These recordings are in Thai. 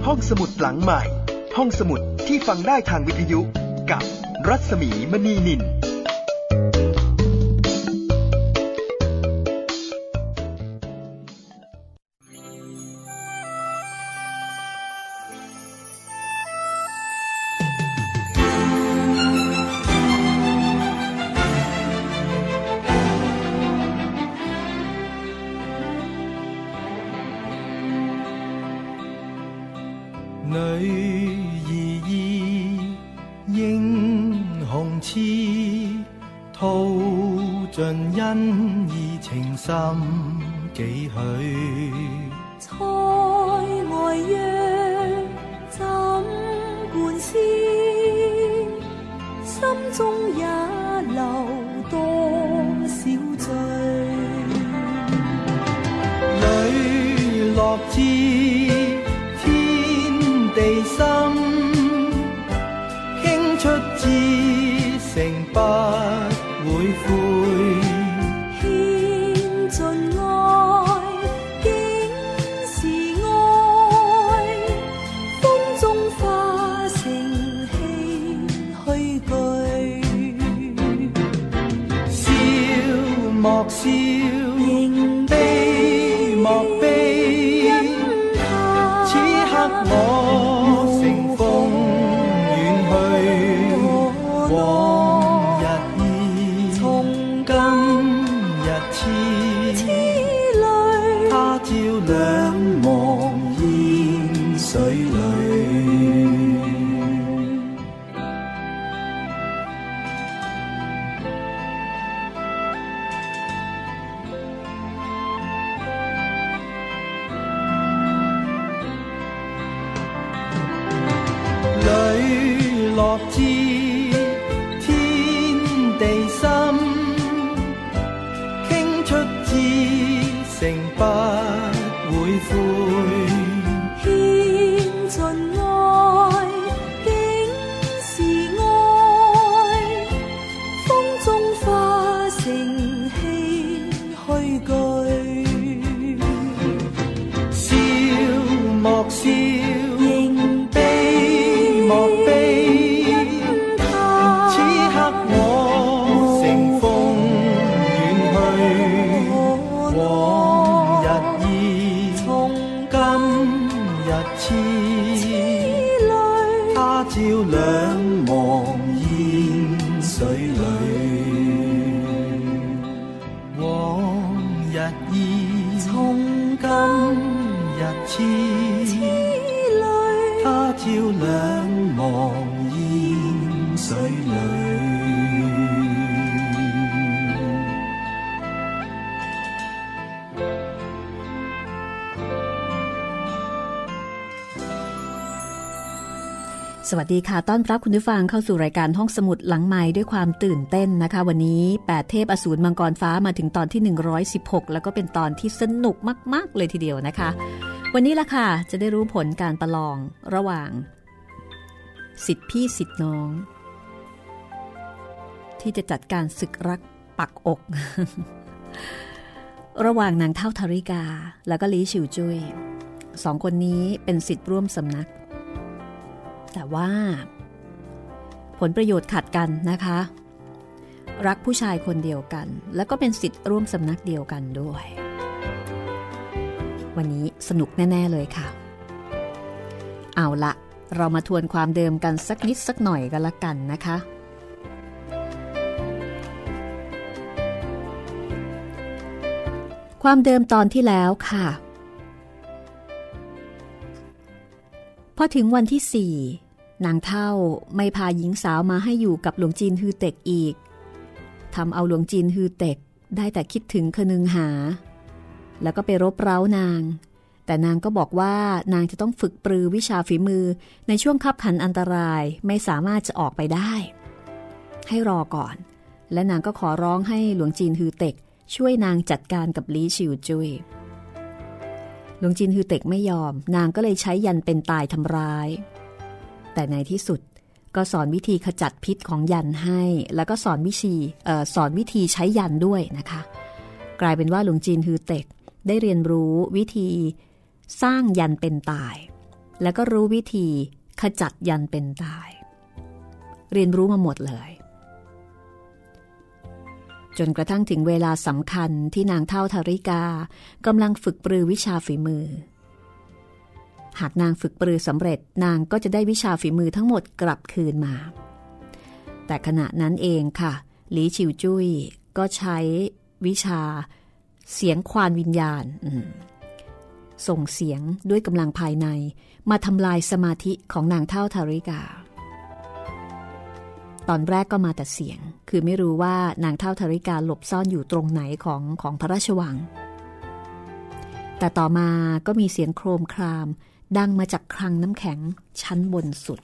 ห้องสมุดหลังใหม่ห้องสมุดที่ฟังได้ทางวิทยุกับรัศมีมณีนิน幾許塞外約怎灌輸心中也留多少醉磊落至天地心傾出至誠不會悔莫笑仍悲莫悲此刻我乘風遠去往日意從今日痴淚他朝兩忘煙水裏落至天地心傾出至誠不會悔獻盡愛竟是愛風中化成唏噓句笑莫笑兩忘煙水裏往日意從今日痴淚他朝兩忘煙水裏สวัสดีค่ะต้อนรับคุณผู้ฟังเข้าสู่รายการห้องสมุดหลังไมค์ด้วยความตื่นเต้นนะคะวันนี้8เทพอสูรมังกรฟ้ามาถึงตอนที่116แล้วก็เป็นตอนที่สนุกมากๆเลยทีเดียวนะคะวันนี้ล่ะค่ะจะได้รู้ผลการประลองระหว่างศิษย์พี่ศิษย์น้องที่จะจัดการศึกรักปักอก ระหว่างนางเฒ่าธาริกาแล้วก็ลี่ฉิวจุ้ยสองคนนี้เป็นศิษย์ร่วมสำนักแต่ว่าผลประโยชน์ขัดกันนะคะรักผู้ชายคนเดียวกันแล้วก็เป็นศิษย์ร่วมสำนักเดียวกันด้วยวันนี้สนุกแน่ๆเลยค่ะเอาละเรามาทวนความเดิมกันสักนิดสักหน่อยกันละกันนะคะความเดิมตอนที่แล้วค่ะพอถึงวันที่4นางเฒ่าไม่พาหญิงสาวมาให้อยู่กับหลวงจีนฮือเต็กอีกทำเอาหลวงจีนฮือเต็กได้แต่คิดถึงคนึงหาแล้วก็ไปรบเร้านางแต่นางก็บอกว่านางจะต้องฝึกปรือวิชาฝีมือในช่วงคับขันอันตรายไม่สามารถจะออกไปได้ให้รอก่อนและนางก็ขอร้องให้หลวงจีนฮือเต็กช่วยนางจัดการกับลี่ฉิวจุ้ยหลวงจีนฮือเต็กไม่ยอมนางก็เลยใช้ยันเป็นตายทำร้ายแต่ในที่สุดก็สอนวิธีขจัดพิษของยันให้แล้วก็สอนวิธีใช้ยันด้วยนะคะกลายเป็นว่าหลวงจีนฮือเต็กได้เรียนรู้วิธีสร้างยันเป็นตายแล้วก็รู้วิธีขจัดยันเป็นตายเรียนรู้มาหมดเลยจนกระทั่งถึงเวลาสำคัญที่นางเฒ่าธาริกากำลังฝึกปรือวิชาฝีมือหากนางฝึกปรือสำเร็จนางก็จะได้วิชาฝีมือทั้งหมดกลับคืนมาแต่ขณะนั้นเองค่ะหลีชิวจุ้ยก็ใช้วิชาเสียงควานวิญญาณส่งเสียงด้วยกำลังภายในมาทำลายสมาธิของนางเฒ่าธาริกาตอนแรกก็มาแต่เสียงคือไม่รู้ว่านางเฒ่าธาริกาหลบซ่อนอยู่ตรงไหนของพระราชวังแต่ต่อมาก็มีเสียงโครมครามดังมาจากคลังน้ำแข็งชั้นบนสุด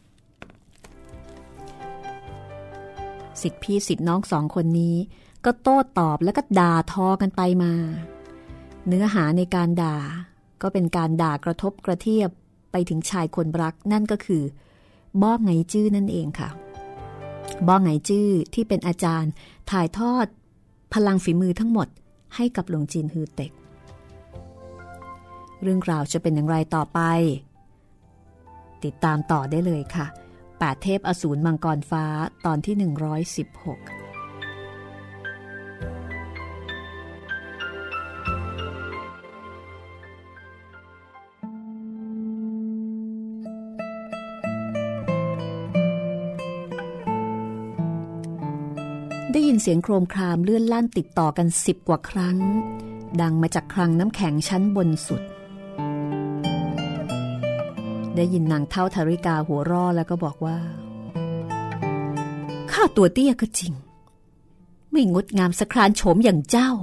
ศิษย์พี่ศิษย์น้องสองคนนี้ก็โต้ตอบแล้วก็ด่าทอกันไปมาเนื้อหาในการด่าก็เป็นการด่ากระทบกระเทียบไปถึงชายคนรักนั่นก็คือบ้อไงจื้อนั่นเองค่ะบ้อไงจื้อที่เป็นอาจารย์ถ่ายทอดพลังฝีมือทั้งหมดให้กับหลวงจีนฮือเต็กเรื่องราวจะเป็นอย่างไรต่อไปติดตามต่อได้เลยค่ะ8เทพอสูรมังกรฟ้าตอนที่116ได้ยินเสียงโครมครามเลื่อนลั่นติดต่อกัน10 กว่าครั้งดังมาจากคลังน้ำแข็งชั้นบนสุดได้ยินนางเฒ่าธาริกาหัวเราะแล้วก็บอกว่าข้าตัวเตี้ยก็จริงไม่งดงามสะครานโฉมอย่างเจ้า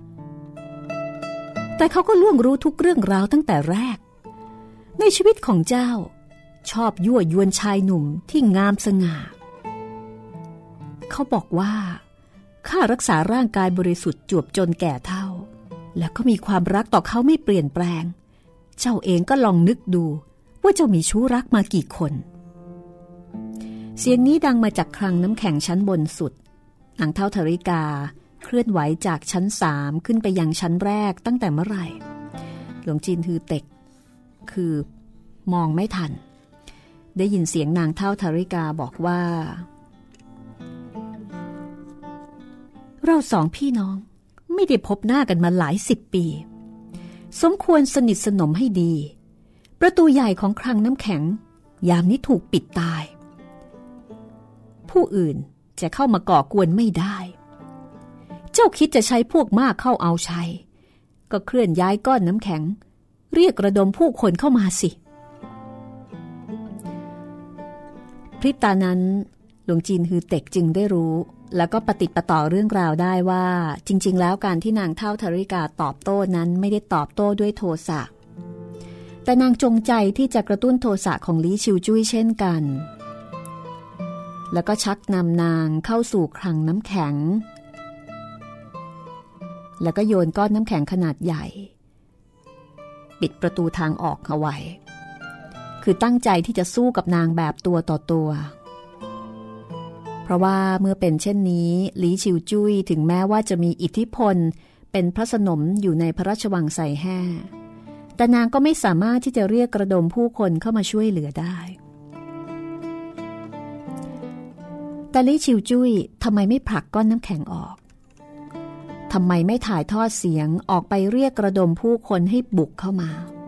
แต่เขาก็ล่วงรู้ทุกเรื่องราวตั้งแต่แรกในชีวิตของเจ้าชอบยั่วยวนชายหนุ่มที่งามสง่าเขาบอกว่าข้ารักษาร่างกายบริสุทธิ์จวบจนแก่เฒ่าแล้วก็มีความรักต่อเขาไม่เปลี่ยนแปลงเจ้าเองก็ลองนึกดูว่าเจ้ามีชู้รักมากี่คนเสียงนี้ดังมาจากคลังน้ำแข็งชั้นบนสุดนางเฒ่าธาริกาเคลื่อนไหวจากชั้น3ขึ้นไปยังชั้นแรกตั้งแต่เมื่อไหร่หลวงจีนฮือเต็กคือมองไม่ทันได้ยินเสียงนางเฒ่าธาริกาบอกว่าเราสองพี่น้องไม่ได้พบหน้ากันมาหลาย10 ปีสมควรสนิทสนมให้ดีประตูใหญ่ของคลังน้ำแข็งยามนี้ถูกปิดตายผู้อื่นจะเข้ามาก่อกวนไม่ได้เจ้าคิดจะใช้พวกมากเข้าเอาชัยก็เคลื่อนย้ายก้อนน้ำแข็งเรียกระดมผู้คนเข้ามาสิพริบตานั้นหลวงจีนฮือเต็กจึงได้รู้แล้วก็ปฏิติดต่อเรื่องราวได้ว่าจริงๆแล้วการที่นางเฒ่าธาริกาตอบโต้นั้นไม่ได้ตอบโต้ด้วยโทสะแต่นางจงใจที่จะกระตุ้นโทสะของลี่ชิวจุ้ยเช่นกันแล้วก็ชักนำนางเข้าสู่คลังน้ำแข็งแล้วก็โยนก้อนน้ำแข็งขนาดใหญ่ปิดประตูทางออกเอาไว้คือตั้งใจที่จะสู้กับนางแบบตัวต่อตัวเพราะว่าเมื่อเป็นเช่นนี้หลีชิวจุ้ยถึงแม้ว่าจะมีอิทธิพลเป็นพระสนมอยู่ในพระราชวังไซแห่แต่นางก็ไม่สามารถที่จะเรียกกระดมผู้คนเข้ามาช่วยเหลือได้แต่หลีชิวจุ้ยทำไมไม่ผลักก้อนน้ำแข็งออกทำไมไม่ถ่ายทอดเสียงออกไปเรียกกระดมผู้คนให้บุกเข้ามา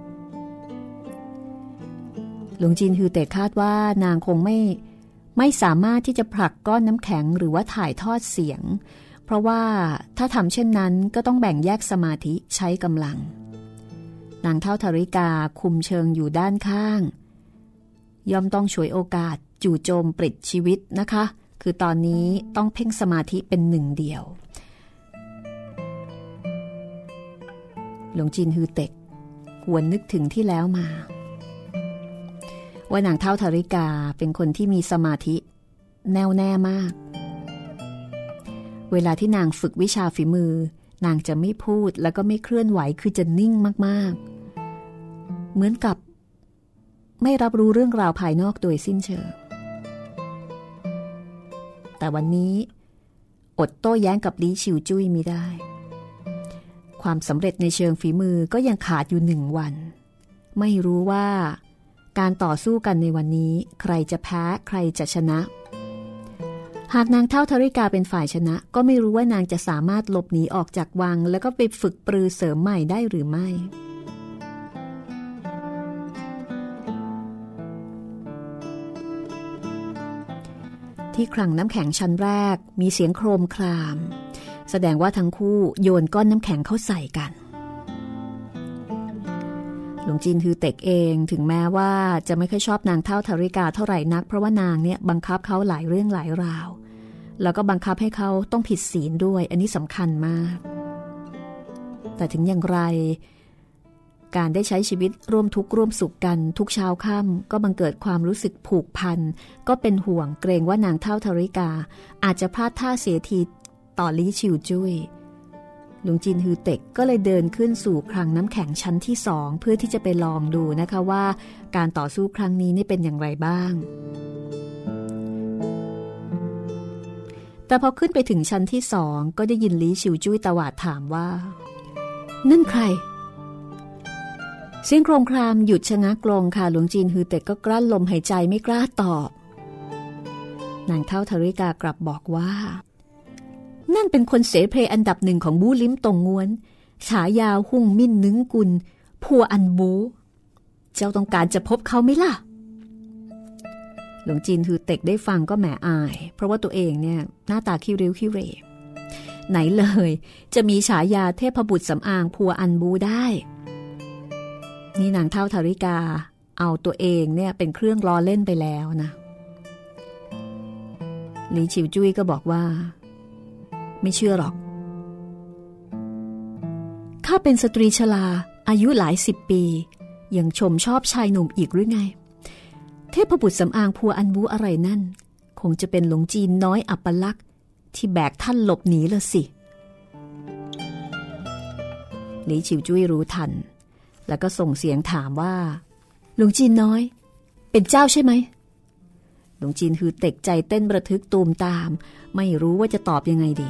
หลวงจีนฮือเต็กคาดว่านางคงไม่สามารถที่จะผลักก้อนน้ำแข็งหรือว่าถ่ายทอดเสียงเพราะว่าถ้าทำเช่นนั้นก็ต้องแบ่งแยกสมาธิใช้กำลังนางเฒ่าธาริกาคุมเชิงอยู่ด้านข้างย่อมต้องฉวยโอกาสจู่โจมปลิดชีวิตนะคะคือตอนนี้ต้องเพ่งสมาธิเป็นหนึ่งเดียวหลวงจีนฮือเต็กหวนนึกถึงที่แล้วมาว่านางเฒ่าธาริกาเป็นคนที่มีสมาธิแน่วแน่มากเวลาที่นางฝึกวิชาฝีมือนางจะไม่พูดแล้วก็ไม่เคลื่อนไหวคือจะนิ่งมากๆเหมือนกับไม่รับรู้เรื่องราวภายนอกโดยสิ้นเชิงแต่วันนี้อดโต้แย้งกับลี่ชิวจุ้ยไม่ได้ความสำเร็จในเชิงฝีมือก็ยังขาดอยู่1 วันไม่รู้ว่าการต่อสู้กันในวันนี้ใครจะแพ้ใครจะชนะหากนางเฒ่าธริกาเป็นฝ่ายชนะก็ไม่รู้ว่านางจะสามารถหลบหนีออกจากวังแล้วก็ไปฝึกปรือเสริมใหม่ได้หรือไม่ที่คลังน้ำแข็งชั้นแรกมีเสียงโครมครามแสดงว่าทั้งคู่โยนก้อนน้ำแข็งเข้าใส่กันหลวงจีนฮือเต็กเองถึงแม้ว่าจะไม่ค่อยชอบนางเฒ่าธริกาเท่าไหร่นักเพราะว่านางเนี่ยบังคับเขาหลายเรื่องหลายราวแล้วก็บังคับให้เขาต้องผิดศีลด้วยอันนี้สำคัญมากแต่ถึงอย่างไรการได้ใช้ชีวิตร่วมทุกข์ร่วมสุขกันทุกเช้าค่ำก็บังเกิดความรู้สึกผูกพันก็เป็นห่วงเกรงว่านางเฒ่าธริกาอาจจะพลาดท่าเสียทีต่อลี่ชิวจุ้ยหลวงจีนฮือเต็กก็เลยเดินขึ้นสู่คลังน้ำแข็งชั้นที่2เพื่อที่จะไปลองดูนะคะว่าการต่อสู้ครั้งนี้นี่เป็นอย่างไรบ้างแต่พอขึ้นไปถึงชั้นที่2ก็ได้ยินลี่ชิวจุ้ยตวาดถามว่านั่นใครเสียงโครมครามหยุดชะงักลงค่ะหลวงจีนฮือเต็กก็กลั้นลมหายใจไม่กล้าตอบนางเฒ่าธริกากลับบอกว่านั่นเป็นคนเสเพลอันดับ1ของบู้ลิ้มตงงวนฉายาหุ่งมิ่นนึงกุลพัวอันบูเจ้าต้องการจะพบเขาไหมล่ะหลวงจีนฮือเต็กได้ฟังก็แหมอายเพราะว่าตัวเองเนี่ยหน้าตาขี้ริ้วขี้เหร่ไหนเลยจะมีฉายาเทพบุตรสำอางพัวอันบูได้นี่นางเฒ่าธริกาเอาตัวเองเนี่ยเป็นเครื่องล้อเล่นไปแล้วนะหลี่ฉิวจุ้ยก็บอกว่าไม่เชื่อหรอกข้าเป็นสตรีชราอายุหลาย10 ปียังชมชอบชายหนุ่มอีกหรือไงเทพบุตรสำอางพัวอันบูอะไรนั่นคงจะเป็นหลงจีนน้อยอัปลักษณ์ที่แบกท่านหลบหนีละสิหลี่ฉิวจุ้ยรู้ทันแล้วก็ส่งเสียงถามว่าหลวงจีนน้อยเป็นเจ้าใช่ไหมหลวงจีนฮือเต็กใจเต้นระทึกตูมตามไม่รู้ว่าจะตอบยังไงดี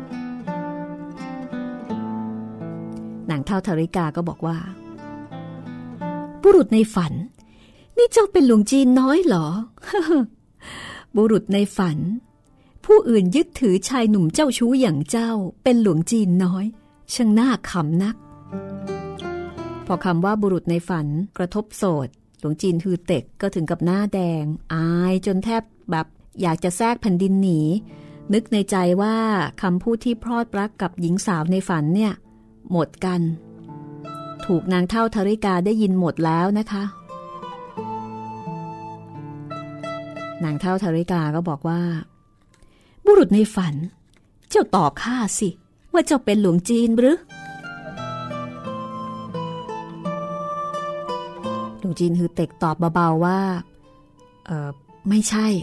นางเฒ่าธริกาก็บอกว่าบุรุษในฝันนี่เจ้าเป็นหลวงจีนน้อยเหรอ บุรุษในฝันผู้อื่นยึดถือชายหนุ่มเจ้าชู้อย่างเจ้าเป็นหลวงจีนน้อยช่างน่าขำนักพอคำว่าบุรุษในฝันกระทบโสดหลวงจีนฮือเต็กก็ถึงกับหน้าแดงอายจนแทบแบบอยากจะแทรกแผ่นดินหนีนึกในใจว่าคำพูดที่พลอดรักกับหญิงสาวในฝันเนี่ยหมดกันถูกนางเฒ่าธริกาได้ยินหมดแล้วนะคะนางเฒ่าธริกาก็บอกว่าบุรุษในฝันเจ้าตอบข้าสิว่าเจ้าเป็นหลวงจีนหรือหลวงจีนฮือเต็กตอบเบาๆว่าไม่ใช่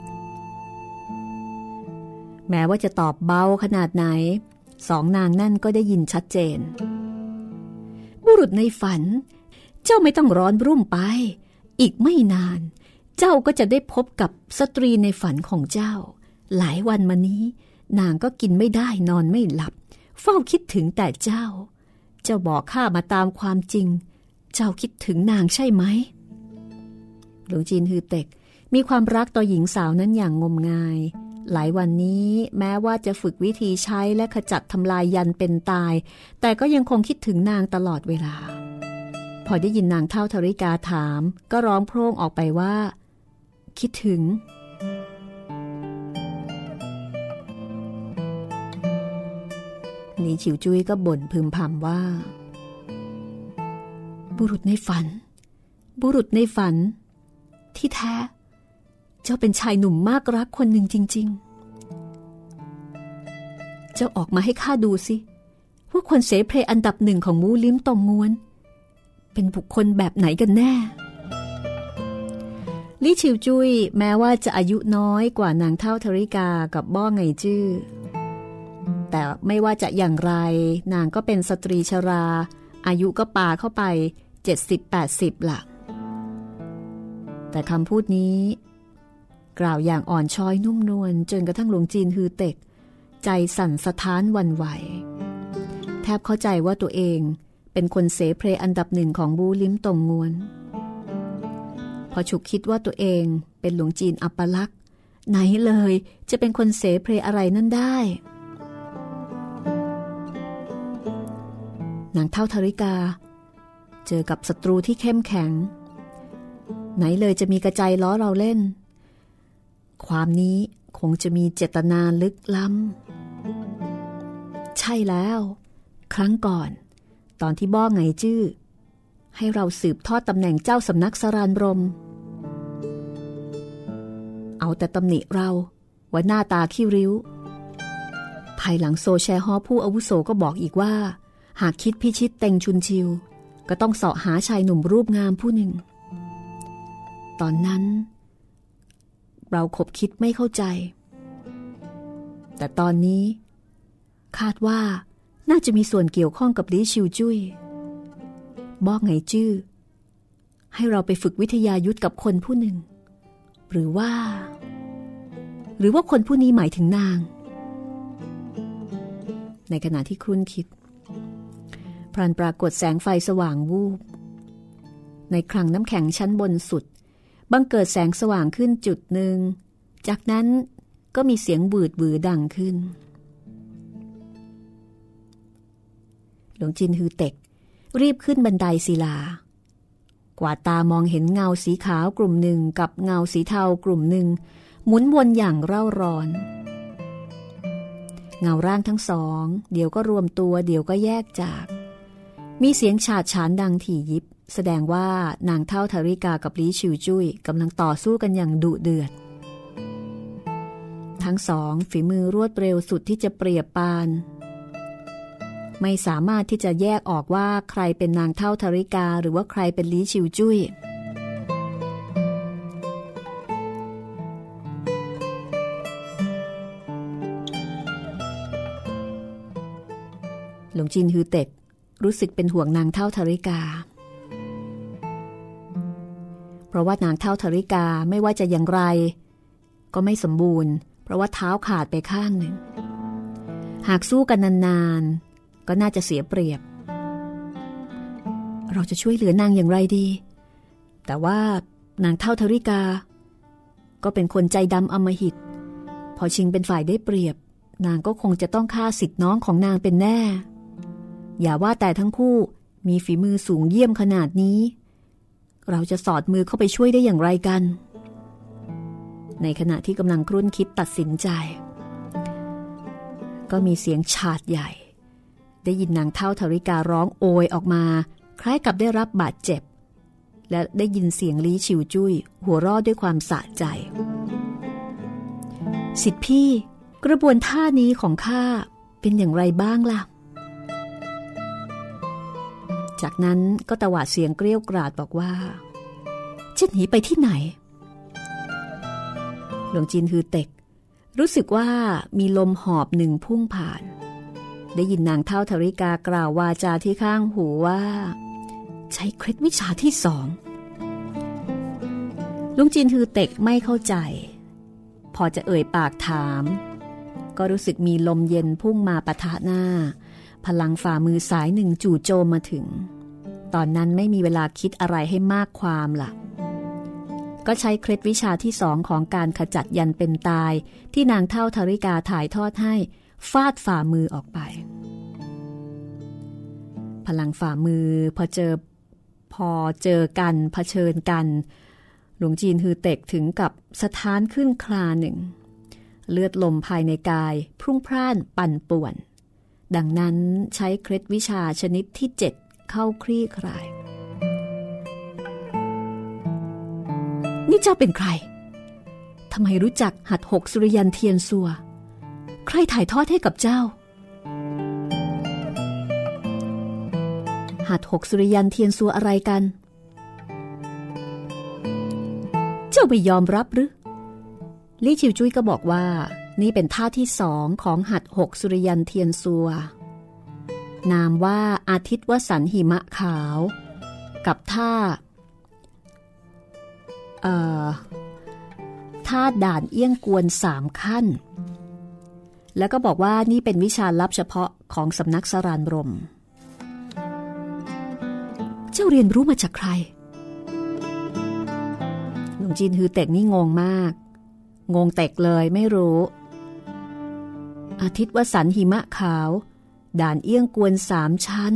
แม้ว่าจะตอบเบาขนาดไหนสองนางนั่นก็ได้ยินชัดเจนบุรุษในฝันเจ้าไม่ต้องร้อนรุ่มไปอีกไม่นานเจ้าก็จะได้พบกับสตรีในฝันของเจ้าหลายวันมานี้นางก็กินไม่ได้นอนไม่หลับเฝ้าคิดถึงแต่เจ้าบอกข้ามาตามความจริงเจ้าคิดถึงนางใช่ไหมหลวงจีนฮือเต็กมีความรักต่อหญิงสาวนั้นอย่างงมงายหลายวันนี้แม้ว่าจะฝึกวิธีใช้และขจัดทำลายยันเป็นตายแต่ก็ยังคงคิดถึงนางตลอดเวลาพอได้ยินนางเฒ่าธริกาถามก็ร้องโพร่งออกไปว่าคิดถึงหลี่ฉิวจุ้ยก็บ่นพึมพำว่าบุรุษในฝันบุรุษในฝันที่แท้เจ้าเป็นชายหนุ่มมากรักคนหนึ่งจริงๆเจ้าออกมาให้ข้าดูสิว่าคนเสเพลอันดับ1ของมูลิ้มตงงวนเป็นบุคคลแบบไหนกันแน่ลี่ฉิวจุ้ยแม้ว่าจะอายุน้อยกว่านางเฒ่าธริกากับบ้อไงจื้อแต่ไม่ว่าจะอย่างไรนางก็เป็นสตรีชราอายุก็ปาเข้าไป70-80ล่ะแต่คำพูดนี้กล่าวอย่างอ่อนช้อยนุ่มนวลจนกระทั่งหลวงจีนฮือเต็กใจสั่นสะท้านหวั่นไหวแทบเข้าใจว่าตัวเองเป็นคนเสเพลอันดับ1ของบูลิ้มตงงวนพอฉุกคิดว่าตัวเองเป็นหลวงจีนอัปลักษณ์ไหนเลยจะเป็นคนเสเพลอะไรนั่นได้นางเฒ่าธริกาเจอกับศัตรูที่เข้มแข็งไหนเลยจะมีกระใจล้อเราเล่นความนี้คงจะมีเจตนาลึกล้ำใช่แล้วครั้งก่อนตอนที่บ้อไงจื้อให้เราสืบทอดตำแหน่งเจ้าสำนักสรานบรมเอาแต่ตำหนิเราว่าหน้าตาขี้ริ้วภายหลังโซแชฮอผู้อาวุโสก็บอกอีกว่าหากคิดพิชิตเต็งชุนชิวก็ต้องเสาะหาชายหนุ่มรูปงามผู้หนึ่งตอนนั้นเราคบคิดไม่เข้าใจแต่ตอนนี้คาดว่าน่าจะมีส่วนเกี่ยวข้องกับลี้ชิวจุ้ยบอกไงจื้อให้เราไปฝึกวิทยายุทธกับคนผู้หนึ่งหรือว่าคนผู้นี้หมายถึงนางในขณะที่ครุ่นคิดพลันปรากฏแสงไฟสว่างวูบในคลังน้ำแข็งชั้นบนสุดบังเกิดแสงสว่างขึ้นจุดหนึ่งจากนั้นก็มีเสียงบืดบือดังขึ้นหลวงจินฮือเต็กรีบขึ้นบันไดศิลากวาดตามองเห็นเงาสีขาวกลุ่มหนึ่งกับเงาสีเทากลุ่มหนึ่งหมุนวนอย่างเร่าร้อนเงาร่างทั้งสองเดี๋ยวก็รวมตัวเดี๋ยวก็แยกจากมีเสียงฉาดฉานดังถี่ยิบแสดงว่านางเฒ่าธาริกากับลี้ชิวจุ้ยกำลังต่อสู้กันอย่างดุเดือดทั้งสองฝีมือรวดเร็วสุดที่จะเปรียบปานไม่สามารถที่จะแยกออกว่าใครเป็นนางเฒ่าธาริกาหรือว่าใครเป็นลี้ชิวจุ้ยหลวงจินฮือเต็กรู้สึกเป็นห่วงนางเฒ่าธาริกาเพราะว่านางเฒ่าธาริกาไม่ว่าจะอย่างไรก็ไม่สมบูรณ์เพราะว่าเท้าขาดไปข้างหนึ่งหากสู้กันนานๆก็น่าจะเสียเปรียบเราจะช่วยเหลือนางอย่างไรดีแต่ว่านางเฒ่าธาริกาก็เป็นคนใจดำอำมหิตพอชิงเป็นฝ่ายได้เปรียบนางก็คงจะต้องฆ่าสิทธิน้องของนางเป็นแน่อย่าว่าแต่ทั้งคู่มีฝีมือสูงเยี่ยมขนาดนี้เราจะสอดมือเข้าไปช่วยได้อย่างไรกันในขณะที่กำลังครุ่นคิดตัดสินใจก็มีเสียงฉาดใหญ่ได้ยินนางเฒ่าธาริการ้องโอยออกมาคล้ายกับได้รับบาดเจ็บและได้ยินเสียงลี้ชิวจุ้ยหัวเราะด้วยความสะใจสิทธิพี่กระบวนท่านี้ของข้าเป็นอย่างไรบ้างล่ะจากนั้นก็ตวาดเสียงเกรี้ยวกราดบอกว่าจะหนีไปที่ไหนหลวงจินฮือเต็กรู้สึกว่ามีลมหอบหนึ่งพุ่งผ่านได้ยินนางเฒ่าธาริกากล่าววาจาที่ข้างหูว่าใช้เคล็ดวิชาที่สองหลวงจินฮือเต็กไม่เข้าใจพอจะเอ่ยปากถามก็รู้สึกมีลมเย็นพุ่งมาปะทะหน้าพลังฝ่ามือสายหนึ่งจู่โจมมาถึงตอนนั้นไม่มีเวลาคิดอะไรให้มากความล่ะก็ใช้เคล็ดวิชาที่สองของการขจัดยันเป็นตายที่นางเฒ่าธาริกาถ่ายทอดให้ฟาดฝ่ามือออกไปพลังฝ่ามือพอเจอกันเผชิญกันหลวงจีนฮือเต็กถึงกับสะท้านขึ้นคลาหนึ่งเลือดลมภายในกายพรุ่งพร่านปั่นป่วนดังนั้นใช้เคล็ดวิชาชนิดที่7เข้าคลี่คลายนี่เจ้าเป็นใครทำไมรู้จักหัดหกสุริยันเทียนซัวใครถ่ายทอดให้กับเจ้าหัดหกสุริยันเทียนซัวอะไรกันเจ้าไม่ยอมรับหรือลี่ชิวจุ้ยก็บอกว่านี่เป็นท่าที่2ของหัดหกสุริยันเทียนซัวนามว่าอาทิตย์วสันต์หิมะขาวกับท่าด่านเอี้ยงกวน3ขั้นแล้วก็บอกว่านี่เป็นวิชาลับเฉพาะของสำนักสรานบรมเจ้าเรียนรู้มาจากใครหลวงจีนฮือเต็กนี่งงมากงงเต็กเลยไม่รู้อาทิตย์วสันต์หิมะขาวด่านเอี้ยงกวน3 ชั้น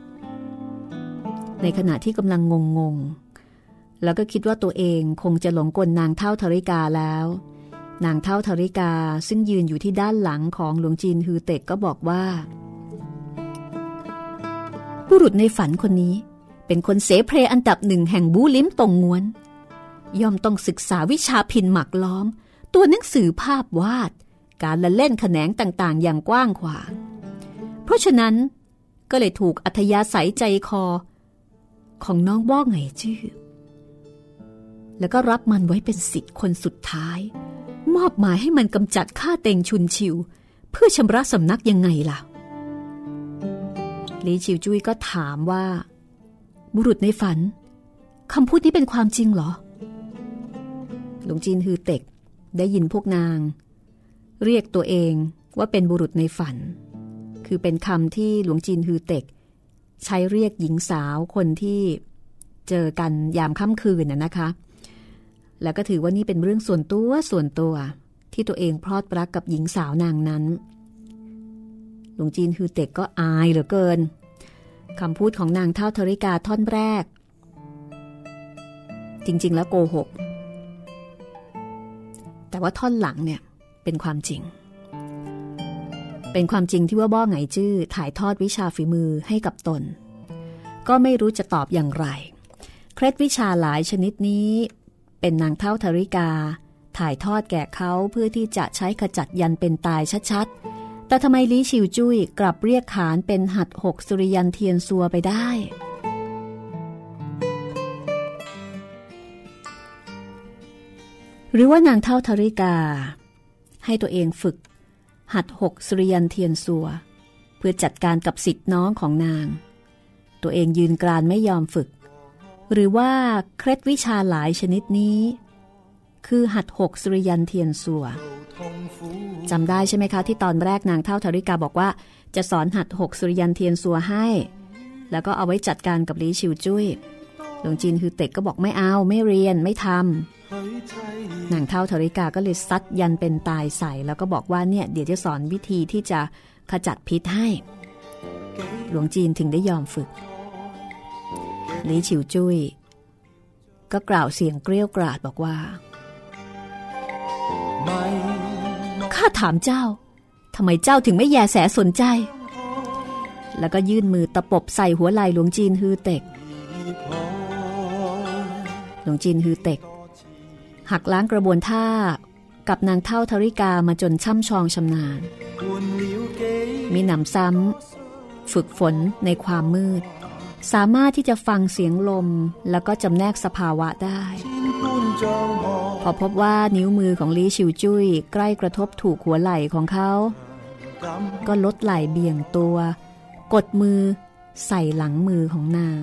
ในขณะที่กำลังงงแล้วก็คิดว่าตัวเองคงจะหลงกลนางเฒ่าธริกาแล้วนางเฒ่าธริกาซึ่งยืนอยู่ที่ด้านหลังของหลวงจีนฮือเต็กก็บอกว่าบุรุษในฝันคนนี้เป็นคนเสเพลอันดับหนึ่งแห่งบูลิ้มตงง้วนย่อมต้องศึกษาวิชาพินหมักล้อมตัวหนังสือภาพวาดการละเล่นแขนงต่างๆอย่างกว้างขวางเพราะฉะนั้นก็เลยถูกอัธยาศัยใจคอของน้องบ้อไงจื้อแล้วก็รับมันไว้เป็นศิษย์คนสุดท้ายมอบหมายให้มันกำจัดข้าเต็งชุนชิวเพื่อชำระสำนักยังไงล่ะลีชิวจุ้ยก็ถามว่าบุรุษในฝันคำพูดนี้เป็นความจริงเหรอหลวงจีนฮือเต็กได้ยินพวกนางเรียกตัวเองว่าเป็นบุรุษในฝันคือเป็นคำที่หลวงจีนฮือเต็กใช้เรียกหญิงสาวคนที่เจอกันยามค่ำคืนนะคะแล้วก็ถือว่านี่เป็นเรื่องส่วนตัวที่ตัวเองพลอดรักกับหญิงสาวนางนั้นหลวงจีนฮือเต็กก็อายเหลือเกินคำพูดของนางเฒ่าธริกาท่อนแรกจริงๆแล้วโกหกแต่ว่าท่อนหลังเนี่ยเป็นความจริงที่ว่าบ้อไงจื้อถ่ายทอดวิชาฝีมือให้กับตนก็ไม่รู้จะตอบอย่างไรเคล็ดวิชาหลายชนิดนี้เป็นนางเฒ่าธริกาถ่ายทอดแก่เขาเพื่อที่จะใช้ขจัดยันเป็นตายชัดๆแต่ทำไมลี้ชิวจุ้ยกลับเรียกขานเป็นหัดหกสุริยันเทียนซัวไปได้หรือว่านางเฒ่าธริกาให้ตัวเองฝึกหัดหกสุริยันเทียนซัวเพื่อจัดการกับศิษย์น้องของนางตัวเองยืนกรานไม่ยอมฝึกหรือว่าเคล็ดวิชาหลายชนิดนี้คือหัดหกสุริยันเทียนซัวจำได้ใช่ไหมคะที่ตอนแรกนางเฒ่าธริกาบอกว่าจะสอนหัดหกสุริยันเทียนซัวให้แล้วก็เอาไว้จัดการกับลี้ชิวจุ้ยหลวงจีนฮือเต็กก็บอกไม่เอาไม่เรียนไม่ทำนางเฒ่าธริกาก็เลยซัดยันเป็นตายใส่แล้วก็บอกว่าเนี่ยเดี๋ยวจะสอนวิธีที่จะขจัดพิษให้หลวงจีนถึงได้ยอมฝึกลี้ชิวจุ้ยก็กล่าวเสียงเกรี้ยวกราดบอกว่าข้าถามเจ้าทำไมเจ้าถึงไม่แยแสสนใจแล้วก็ยื่นมือตะปบใส่หัวไหล่หลวงจีนฮือเต็กหลวงจีนฮือเต็กหักล้างกระบวนท่ากับนางเฒ่าธริกามาจนช่ำชองชำนาญมีหนำซ้ำฝึกฝนในความมืดสามารถที่จะฟังเสียงลมแล้วก็จำแนกสภาวะได้พอพบว่านิ้วมือของลี้ชิวจุ้ยใกล้กระทบถูกหัวไหล่ของเขาก็ลดไหล่เบี่ยงตัวกดมือใส่หลังมือของนาง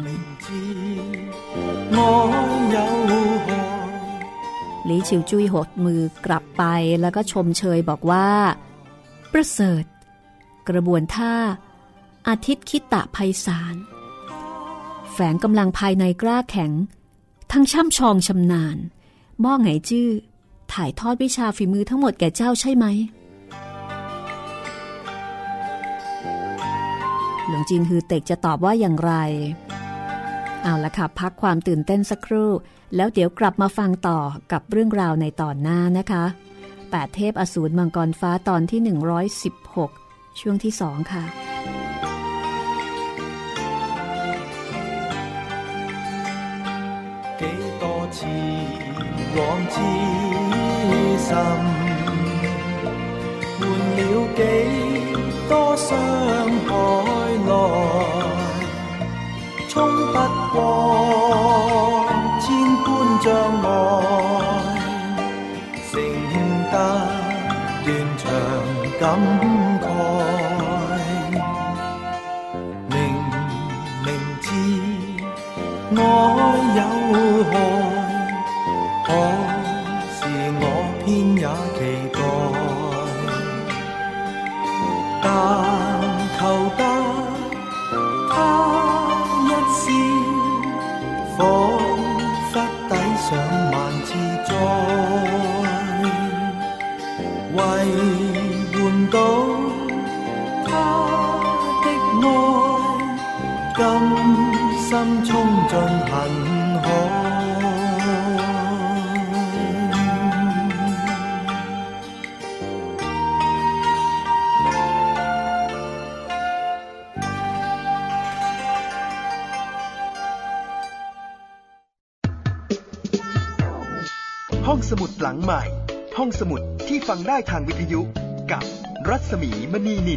ลี้ชิวจุ้ยหดมือกลับไปแล้วก็ชมเชยบอกว่าประเสริฐกระบวนท่าอาทิตย์คิตะไพศาลแฝงกำลังภายในกล้าแข็งทั้งช่ำชองชำนาญบ้อไงจื้อถ่ายทอดวิชาฝีมือทั้งหมดแก่เจ้าใช่ไหมหลวงจีนฮือเต็กจะตอบว่าอย่างไรเอาละค่ะพักความตื่นเต้นสักครู่แล้วเดี๋ยวกลับมาฟังต่อกับเรื่องราวในตอนหน้านะคะ8เทพอสูรมังกรฟ้าตอนที่116ช่วงที่2ค่ะ幾多次往之心，換了幾多傷害來，衝不過千般障礙，成得斷腸感慨。明明知愛有害，可是我偏也期待，但求得他一笑，彷彿抵上萬自在，為換到他的愛，甘心衝進恨海。 ห้องสมุดหลังใหม่ห้องสมุดที่ฟังได้ทางวิทยุกับรัศมีมณีนิน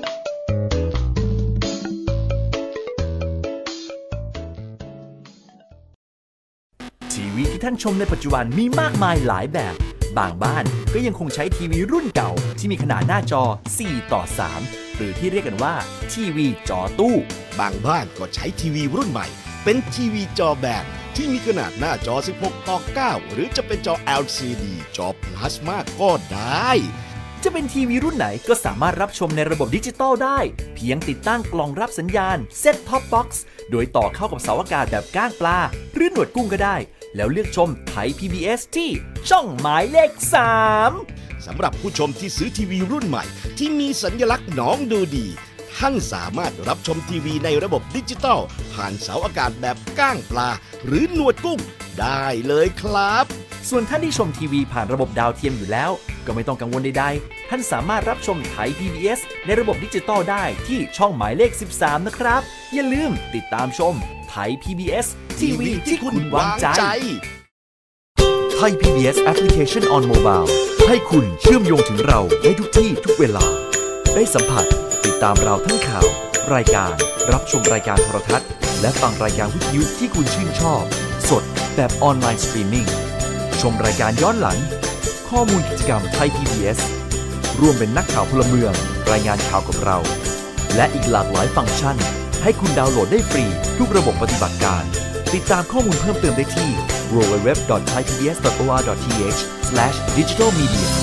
ทีวีที่ท่านชมในปัจจุบันมีมากมายหลายแบบบางบ้านก็ยังคงใช้ทีวีรุ่นเก่าที่มีขนาดหน้าจอ 4:3 หรือที่เรียกกันว่าทีวีจอตู้บางบ้านก็ใช้ทีวีรุ่นใหม่เป็นทีวีจอแบนที่มีขนาดหน้าจอ 16:9 หรือจะเป็นจอ LCD จอพลาสมาก็ได้จะเป็นทีวีรุ่นไหนก็สามารถรับชมในระบบดิจิตอลได้เพียงติดตั้งกล่องรับสัญญาณ Set Top Box โดยต่อเข้ากับเสาอากาศแบบก้างปลาหรือหนวดกุ้งก็ได้แล้วเลือกชมไทย PBS ที่ช่องหมายเลข 3 สำหรับผู้ชมที่ซื้อทีวีรุ่นใหม่ที่มีสัญลักษณ์น้องดูดีท่านสามารถรับชมทีวีในระบบดิจิตอลผ่านเสาอากาศแบบก้างปลาหรือหนวดกุ้งได้เลยครับส่วนท่านที่ชมทีวีผ่านระบบดาวเทียมอยู่แล้วก็ไม่ต้องกังวลใดๆท่านสามารถรับชมไทย PBS ในระบบดิจิตอลได้ที่ช่องหมายเลข 13 นะครับอย่าลืมติดตามชมไทย PBS ทีวีที่คุณวางใจไทย PBS Application on Mobile ให้คุณเชื่อมโยงถึงเราได้ทุกที่ทุกเวลาได้สัมผัสติดตามเราทั้งข่าวรายการรับชมรายการโทรทัศน์และฟังรายการวิทยุที่คุณชื่นชอบสดแบบออนไลน์สตรีมมิ่งชมรายการย้อนหลังข้อมูลกิจกรรมไทย PBS ร่วมเป็นนักข่าวพลเมืองรายงานข่าวกับเราและอีกหลากหลายฟังก์ชันให้คุณดาวน์โหลดได้ฟรีทุกระบบปฏิบัติการติดตามข้อมูลเพิ่มเติมได้ที่ www.thaipbs.or.th/digitalmedia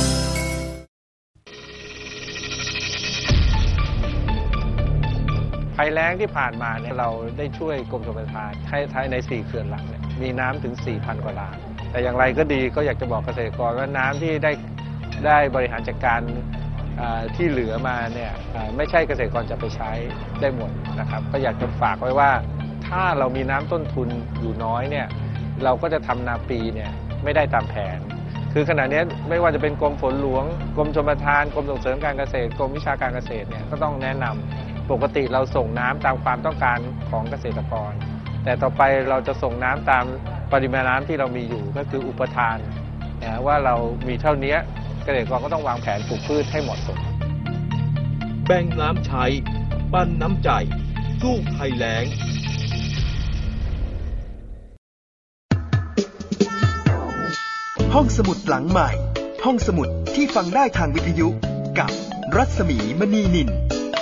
ภัยแล้งที่ผ่านมาเนี่ยเราได้ช่วยกรมชลประทานให้ใน4เขื่อนหลักเนี่ยมีน้ำถึง 4,000 กว่าล้านแต่อย่างไรก็ดีก็อยากจะบอกเกษตรกรว่าน้ำที่ได้บริหารจัดการที่เหลือมาเนี่ยไม่ใช่เกษตรกรจะไปใช้ได้หมดนะครับก็อยากจะฝากไว้ว่าถ้าเรามีน้ำต้นทุนอยู่น้อยเนี่ยเราก็จะทำนาปีเนี่ยไม่ได้ตามแผนคือขณะนี้ไม่ว่าจะเป็นกรมฝนหลวงกรมชลประทานกรมส่งเสริมการเกษตรกรมวิชาการเกษตรเนี่ยก็ต้องแนะนำปกติเราส่งน้ำตามความต้องการของเกษตรกรแต่ต่อไปเราจะส่งน้ำตามปริมาณน้ำที่เรามีอยู่ก็คืออุปทานนะว่าเรามีเท่านี้เกษตรกรก็ต้องวางแผนปลูกพืชให้เหมาะสมแบ่งน้ำใช้ปั้นน้ำใจสู้ภัยแล้งห้องสมุดหลังใหม่ห้องสมุดที่ฟังได้ทางวิทยุกับรัศมีมณีนิน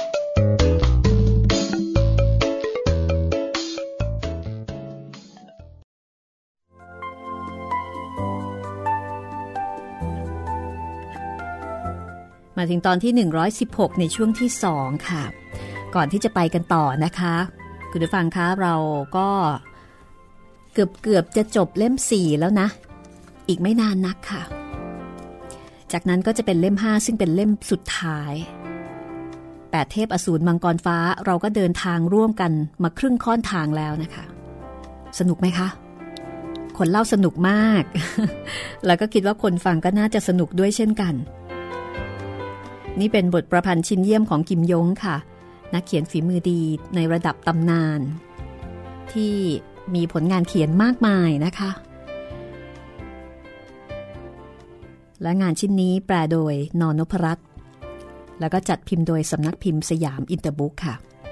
มาถึงตอนที่116ในช่วงที่2ค่ะก่อนที่จะไปกันต่อนะคะคุณผู้ฟังคะเราก็เกือบจะจบเล่ม4แล้วนะอีกไม่นานนักค่ะจากนั้นก็จะเป็นเล่ม5ซึ่งเป็นเล่มสุดท้าย8เทพอสูรมังกรฟ้าเราก็เดินทางร่วมกันมาครึ่งค่อนทางแล้วนะคะสนุกไหมคะคนเล่าสนุกมาก แล้วก็คิดว่าคนฟังก็น่าจะสนุกด้วยเช่นกันนี่เป็นบทประพันธ์ชิ้นเยี่ยมของกิมยงค่ะนักเขียนฝีมือดีในระดับตำนานที่มีผลงานเขียนมากมายนะคะและงานชิ้นนี้แปลโดยน.นพรัตน์แล้วก็จัดพิมพ์โดยสำนักพิมพ์สยามอินเตอร์บุ๊กค่ะ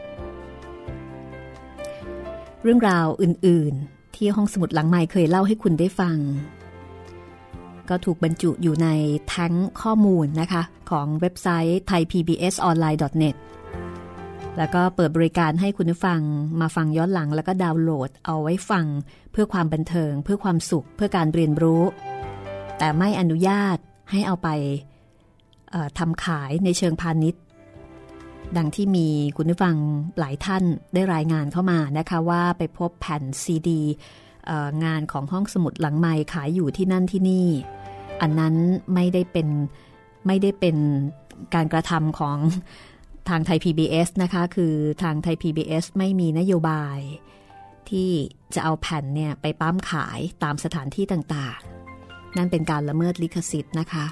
เรื่องราวอื่นๆที่ห้องสมุดหลังไมค์เคยเล่าให้คุณได้ฟังก็ถูกบรรจุอยู่ในแท้งข้อมูลนะคะของเว็บไซต์ thaipbsonline.net แล้วก็เปิดบริการให้คุณผู้ฟังมาฟังย้อนหลังแล้วก็ดาวน์โหลดเอาไว้ฟังเพื่อความบันเทิงเพื่อความสุขเพื่อการเรียนรู้แต่ไม่อนุญาตให้เอาไปทำขายในเชิงพาณิชย์ดังที่มีคุณผู้ฟังหลายท่านได้รายงานเข้ามานะคะว่าไปพบแผ่นซีดีงานของห้องสมุดหลังไมค์ขายอยู่ที่นั่นที่นี่อันนั้นไม่ได้เป็นการกระทำของทางไทย PBS นะคะคือทางไทย PBS ไม่มีนโยบายที่จะเอาแผ่นเนี่ยไปปั๊มขายตามสถานที่ต่างๆนั่นเป็นการละเมิดลิขสิทธิ์นะคะ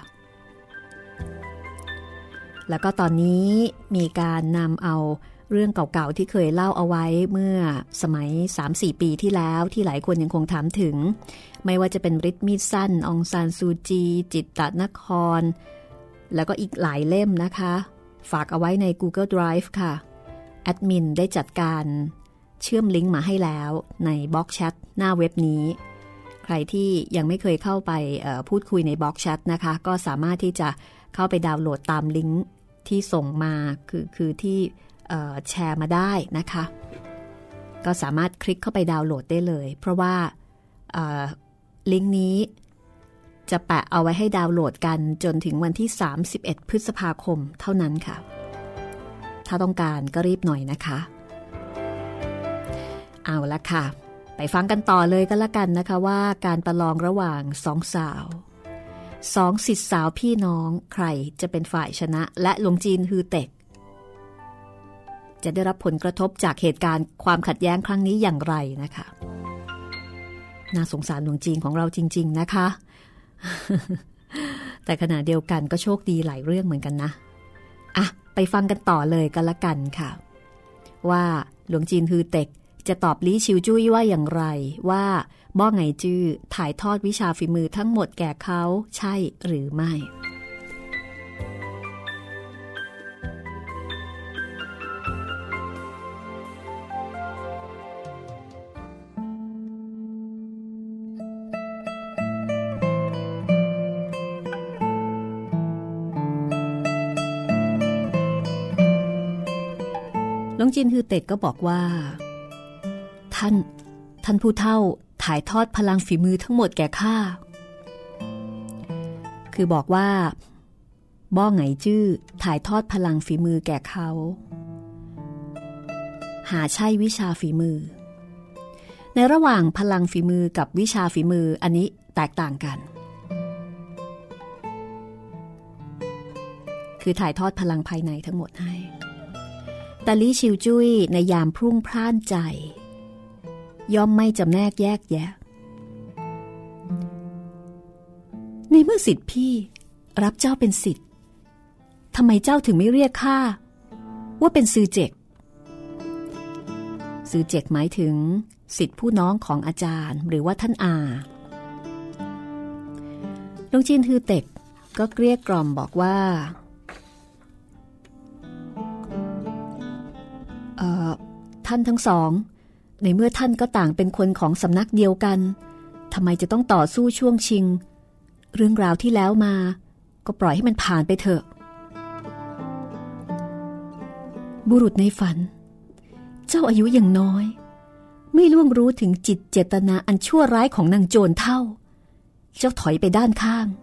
แล้วก็ตอนนี้มีการนำเอาเรื่องเก่าๆที่เคยเล่าเอาไว้เมื่อสมัย 3-4 ปีที่แล้วที่หลายคนยังคงถามถึงไม่ว่าจะเป็นฤทธิ์มีดสั้นองซานซูจีจิตตนครแล้วก็อีกหลายเล่มนะคะฝากเอาไว้ใน Google Drive ค่ะแอดมินได้จัดการเชื่อมลิงก์มาให้แล้วในบล็อกแชทหน้าเว็บนี้ใครที่ยังไม่เคยเข้าไปพูดคุยในบล็อกแชทนะคะก็สามารถที่จะเข้าไปดาวน์โหลดตามลิงก์ที่ส่งมาคือที่แชร์มาได้นะคะก็สามารถคลิกเข้าไปดาวน์โหลดได้เลยเพราะว่าลิงก์นี้จะแปะเอาไว้ให้ดาวน์โหลดกันจนถึงวันที่31พฤษภาคมเท่านั้นค่ะถ้าต้องการก็รีบหน่อยนะคะเอาละค่ะไปฟังกันต่อเลยก็แล้วกันนะคะว่าการประลองระหว่างสองสาวสองศิษย์สาวพี่น้องใครจะเป็นฝ่ายชนะและหลวงจีนฮือเต็กจะได้รับผลกระทบจากเหตุการณ์ความขัดแย้งครั้งนี้อย่างไรนะคะน่าสงสารหลวงจีนของเราจริงๆนะคะ แต่ขณะเดียวกันก็โชคดีหลายเรื่องเหมือนกันนะอ่ะไปฟังกันต่อเลยก็แล้วกันค่ะว่าหลวงจีนฮือเต็กจะตอบลี่ชิวจุ้ยว่าอย่างไรว่าบ้อไงจื้อถ่ายทอดวิชาฝีมือทั้งหมดแก่เขาใช่หรือไม่หลวงจีนฮือเต็กก็บอกว่าท่านผู้เฒ่าถ่ายทอดพลังฝีมือทั้งหมดแก่ข้าคือบอกว่าบ้อไงจื้อถ่ายทอดพลังฝีมือแก่เขาหาใช่วิชาฝีมือในระหว่างพลังฝีมือกับวิชาฝีมืออันนี้แตกต่างกันคือถ่ายทอดพลังภายในทั้งหมดให้แต่ลี่ชิวจุ้ยในยามพรุ่งพร่านใจย่อมไม่จำแนกแยกแยะในเมื่อศิษย์พี่รับเจ้าเป็นศิษย์ทำไมเจ้าถึงไม่เรียกข้าว่าเป็นซือเจกซือเจกหมายถึงศิษย์ผู้น้องของอาจารย์หรือว่าท่านอาหลวงจีนฮือเต็กก็เกลี้ยกล่อมบอกว่าท่านทั้งสองในเมื่อท่านก็ต่างเป็นคนของสำนักเดียวกันทำไมจะต้องต่อสู้ช่วงชิงเรื่องราวที่แล้วมาก็ปล่อยให้มันผ่านไปเถอะบุรุษในฝันเจ้าอายุยังน้อยไม่ล่วงรู้ถึงจิตเจตนาอันชั่วร้ายของนางโจรเท่าเจ้าถอยไปด้านข้าง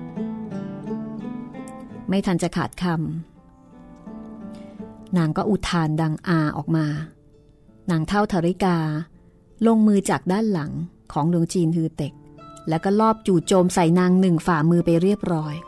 ไม่ทันจะขาดคำนางก็อุทานดังอาออกมานางเฒ่าธาริกาลงมือจากด้านหลังของหลวงจีนฮือเต็กแล้วก็ลอบจู่โจมใส่นางหนึ่งฝ่ามือไปเรียบร้อย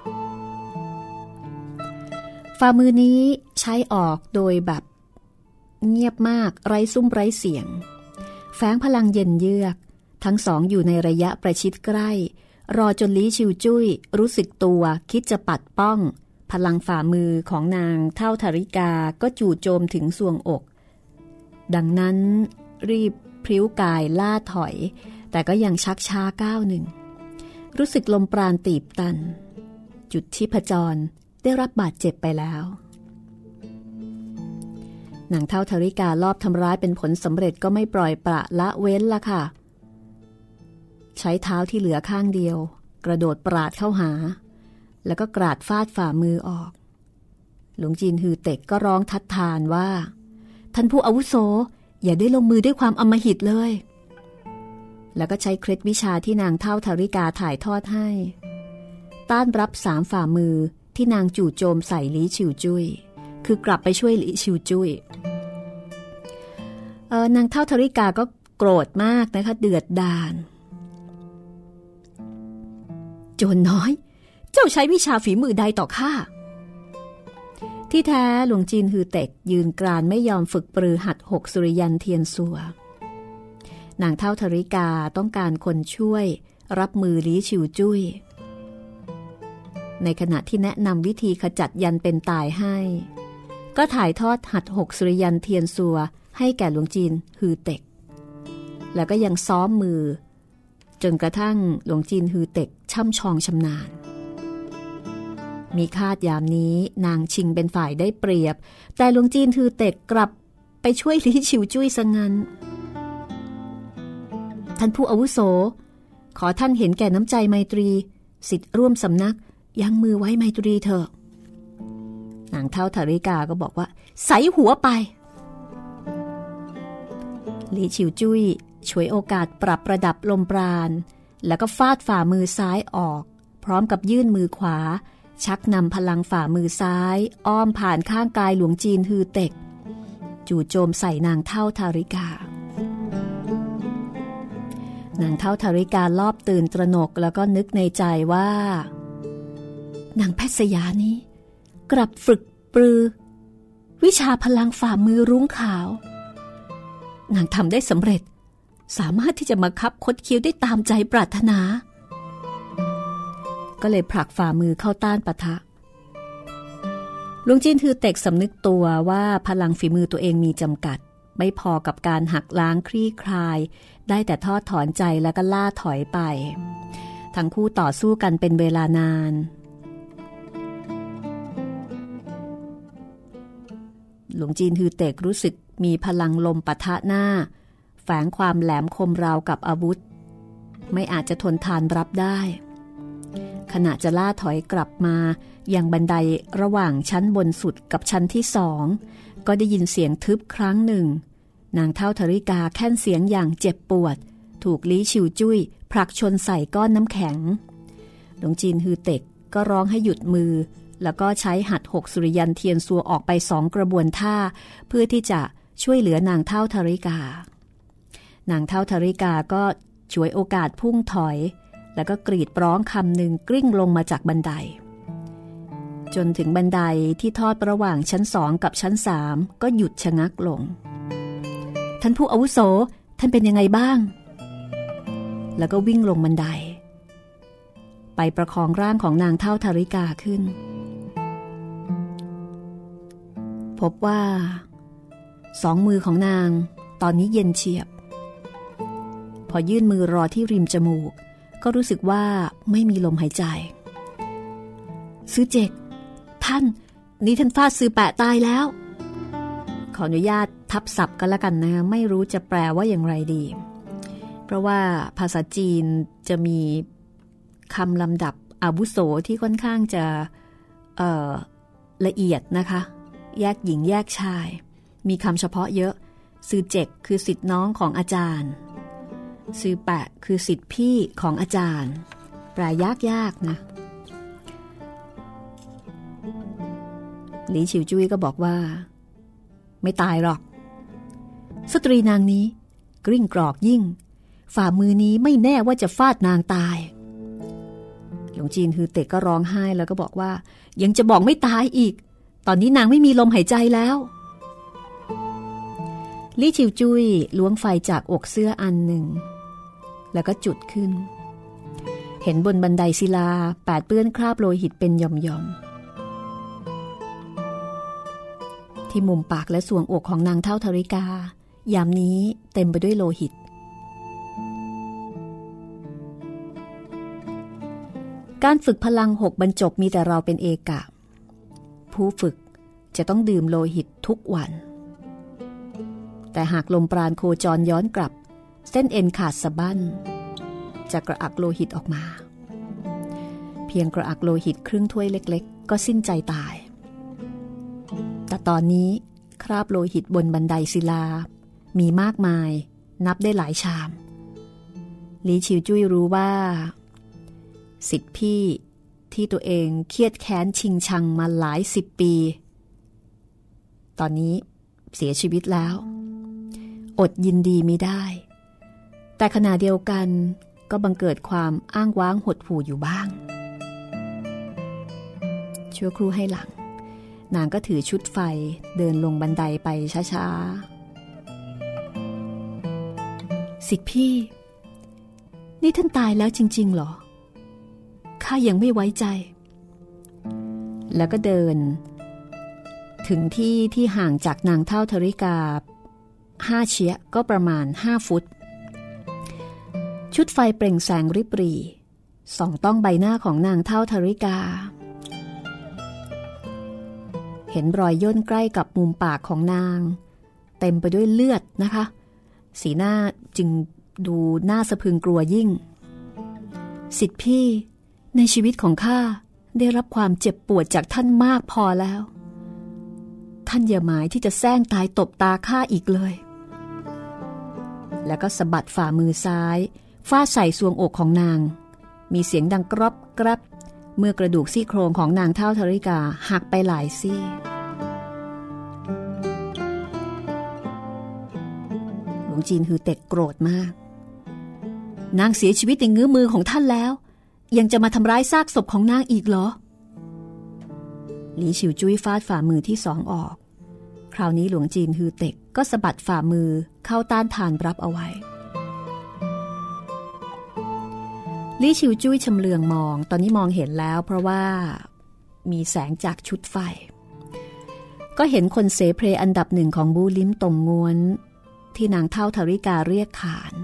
ฝ่ามือนี้ใช้ออกโดยแบบเงียบมากไร้ซุ้มไร้เสียงแฝงพลังเย็นเยือกทั้งสองอยู่ในระยะประชิดใกล้รอจนลี่ชิวจุ้ยรู้สึกตัวคิดจะปัดป้องพลังฝ่ามือของนางเฒ่าธาริกาก็จู่โจมถึงทรวงอกดังนั้นรีบพริ้วกายล่าถอยแต่ก็ยังชักช้าก้าวหนึ่งรู้สึกลมปราณตีบตันจุดชีพจรได้รับบาดเจ็บไปแล้วนางเฒ่าธาริกาลอบทำร้ายเป็นผลสำเร็จก็ไม่ปล่อยปละละเว้นละค่ะใช้เท้าที่เหลือข้างเดียวกระโดดปราดเข้าหาแล้วก็กราดฟาดฝ่ามือออกหลวงจีนฮือเต็กก็ร้องทัดทานว่าท่านผู้อาวุโสอย่าได้ลงมือด้วยความอำมหิตเลยแล้วก็ใช้เคล็ดวิชาที่นางเฒ่าธาริกาถ่ายทอดให้ต้านรับ3ฝ่ามือที่นางจู่โจมใส่ลี่ชิวจุ้ยคือกลับไปช่วยลี่ชิวจุ้ยนางเฒ่าธาริกาก็โกรธมากนะคะเดือดดาลโจรน้อยเจ้าใช้วิชาฝีมือใดต่อข้าที่แท้หลวงจีนฮือเต็กยืนกรานไม่ยอมฝึกปรือหัดหกสุริยันเทียนซัวนางเฒ่าธริกาต้องการคนช่วยรับมือลี้ฉิวจุ้ยในขณะที่แนะนำวิธีขจัดยันเป็นตายให้ก็ถ่ายทอดหัดหกสุริยันเทียนซัวให้แก่หลวงจีนฮือเต็กแล้วก็ยังซ้อมมือจนกระทั่งหลวงจีนฮือเต็กช่ำชองชำนาญมีคาดยามนี้นางชิงเป็นฝ่ายได้เปรียบแต่หลวงจีนฮือเต็กกลับไปช่วยลี้ฉิวจุ้ยซะงั้นท่านผู้อาวุโสขอท่านเห็นแก่น้ำใจไมตรีสิทธิ์ร่วมสำนักยั้งมือไว้ไมตรีเถอะนางเฒ่าธริกาก็บอกว่าใส่หัวไปลี้ฉิวจุ้ยฉวยโอกาสปรับระดับลมปราณแล้วก็ฟาดฝ่ามือซ้ายออกพร้อมกับยื่นมือขวาชักนำพลังฝ่ามือซ้ายอ้อมผ่านข้างกายหลวงจีนฮือเต็กจู่โจมใส่นางเฒ่าธริกานางเฒ่าธริการอบตื่นตระหนกแล้วก็นึกในใจว่านางแพทย์สยานี้กลับฝึกปรือวิชาพลังฝ่ามือรุ้งขาวนางทำได้สำเร็จสามารถที่จะมาคับคดเคี้ยวได้ตามใจปรารถนาก็เลยผลักฝ่ามือเข้าต้านปะทะหลวงจีนฮือเต็กสำนึกตัวว่าพลังฝีมือตัวเองมีจำกัดไม่พอกับการหักล้างคลี่คลายได้แต่ทอดถอนใจแล้วก็ล่าถอยไปทั้งคู่ต่อสู้กันเป็นเวลานานหลวงจีนฮือเต็กรู้สึกมีพลังลมปะทะหน้าแฝงความแหลมคมราวกับอาวุธไม่อาจจะทนทานรับได้ขณะจะล่าถอยกลับมายังบันไดระหว่างชั้นบนสุดกับชั้นที่2ก็ได้ยินเสียงทึบครั้งหนึ่งนางเฒ่าธริกาแค่นเสียงอย่างเจ็บปวดถูกลี้ฉิวจุ้ยผลักชนใส่ก้อนน้ำแข็งหลวงจีนฮือเต็กก็ร้องให้หยุดมือแล้วก็ใช้หัดหกสุริยันเทียนซัวออกไป2กระบวนท่าเพื่อที่จะช่วยเหลือนางเฒ่าธริกานางเฒ่าธริกาก็ฉวยโอกาสพุ่งถอยแล้วก็กรีดร้องคำหนึ่งกลิ้งลงมาจากบันไดจนถึงบันไดที่ทอดระหว่างชั้น2กับชั้น3ก็หยุดชะงักลงท่านผู้อาวุโสท่านเป็นยังไงบ้างแล้วก็วิ่งลงบันไดไปประคองร่างของนางเฒ่าธริกาขึ้นพบว่า2 มือของนางตอนนี้เย็นเฉียบพอยื่นมือรอที่ริมจมูกก็รู้สึกว่าไม่มีลมหายใจซื้อเจกท่านนี่ท่านฟาดซื้อแปะตายแล้วขออนุญาตทับศัพท์กันละกันนะไม่รู้จะแปลว่าอย่างไรดีเพราะว่าภาษาจีนจะมีคำลำดับอาวุโสที่ค่อนข้างจะละเอียดนะคะแยกหญิงแยกชายมีคำเฉพาะเยอะซื้อเจกคือศิษย์น้องของอาจารย์ซื้อแปะคือศิษย์พี่ของอาจารย์แปลยากๆนะลี้ฉิวจุ้ยก็บอกว่าไม่ตายหรอกสตรีนางนี้กริ้งกรอกยิ่งฝ่ามือนี้ไม่แน่ว่าจะฟาดนางตายหลวงจีนฮือเต็กก็ร้องไห้แล้วก็บอกว่ายังจะบอกไม่ตายอีกตอนนี้นางไม่มีลมหายใจแล้วลี้ฉิวจุ้ยล้วงไฟจากอกเสื้ออันหนึ่งแล้วก็จุดขึ้นเห็นบนบันไดศิลาแปดเปื้อนคราบโลหิตเป็นหย่อมๆที่มุมปากและส่วงอกของนางเฒ่าธริกายามนี้เต็มไปด้วยโลหิตการฝึกพลัง6บรรจบมีแต่เราเป็นเอกะผู้ฝึกจะต้องดื่มโลหิตทุกวันแต่หากลมปราณโคจรย้อนกลับเส้นเอ็นขาดสะบั้นจะกระอักโลหิตออกมาเพียงกระอักโลหิตครึ่งถ้วยเล็กๆก็สิ้นใจตายแต่ตอนนี้คราบโลหิตบนบันไดศิลามีมากมายนับได้หลายชามลี้ฉิวจุ้ยรู้ว่าศิษย์พี่ที่ตัวเองเครียดแค้นชิงชังมาหลาย10 ปีตอนนี้เสียชีวิตแล้วอดยินดีไม่ได้แต่ขณะเดียวกันก็บังเกิดความอ้างว้างหดหู่อยู่บ้างชั่วครู่ให้หลังนางก็ถือชุดไฟเดินลงบันไดไปช้าๆสิทธิพี่นี่ท่านตายแล้วจริงๆหรอข้ายังไม่ไว้ใจแล้วก็เดินถึงที่ห่างจากนางเฒ่าธริกา5 เชียก็ประมาณ5 ฟุตชุดไฟเปล่งแสงริบหรี่ส่องต้องใบหน้าของนางเฒ่าธริกาเห็นรอยย่นใกล้กับมุมปากของนางเต็มไปด้วยเลือดนะคะสีหน้าจึงดูน่าสะพรึงกลัวยิ่งสิทธิพี่ในชีวิตของข้าได้รับความเจ็บปวดจากท่านมากพอแล้วท่านอย่าหมายที่จะแซงตายตบตาข้าอีกเลยแล้วก็สะบัดฝ่ามือซ้ายฟาดใส่ทรวงอกของนางมีเสียงดังกรอบกรับเมื่อกระดูกซี่โครงของนางเฒ่าธริกาหักไปหลายซี่หลวงจีนฮือเต็กโกรธมากนางเสียชีวิตในเงื้อมือของท่านแล้วยังจะมาทำร้ายซากศพของนางอีกเหรอหลีฉิวจุ้ยฟาดฝ่ามือที่2ออกคราวนี้หลวงจีนฮือเต็กก็สะบัดฝ่ามือเข้าต้านทานรับเอาไว้หลีฉิวจุ้ยชำเลืองมองตอนนี้มองเห็นแล้วเพราะว่ามีแสงจากชุดไฟก็เห็นคนเสเพลอันดับหนึ่งของบูลิ้มตงง้วนที่นางเฒ่าธริกาเรียกขาน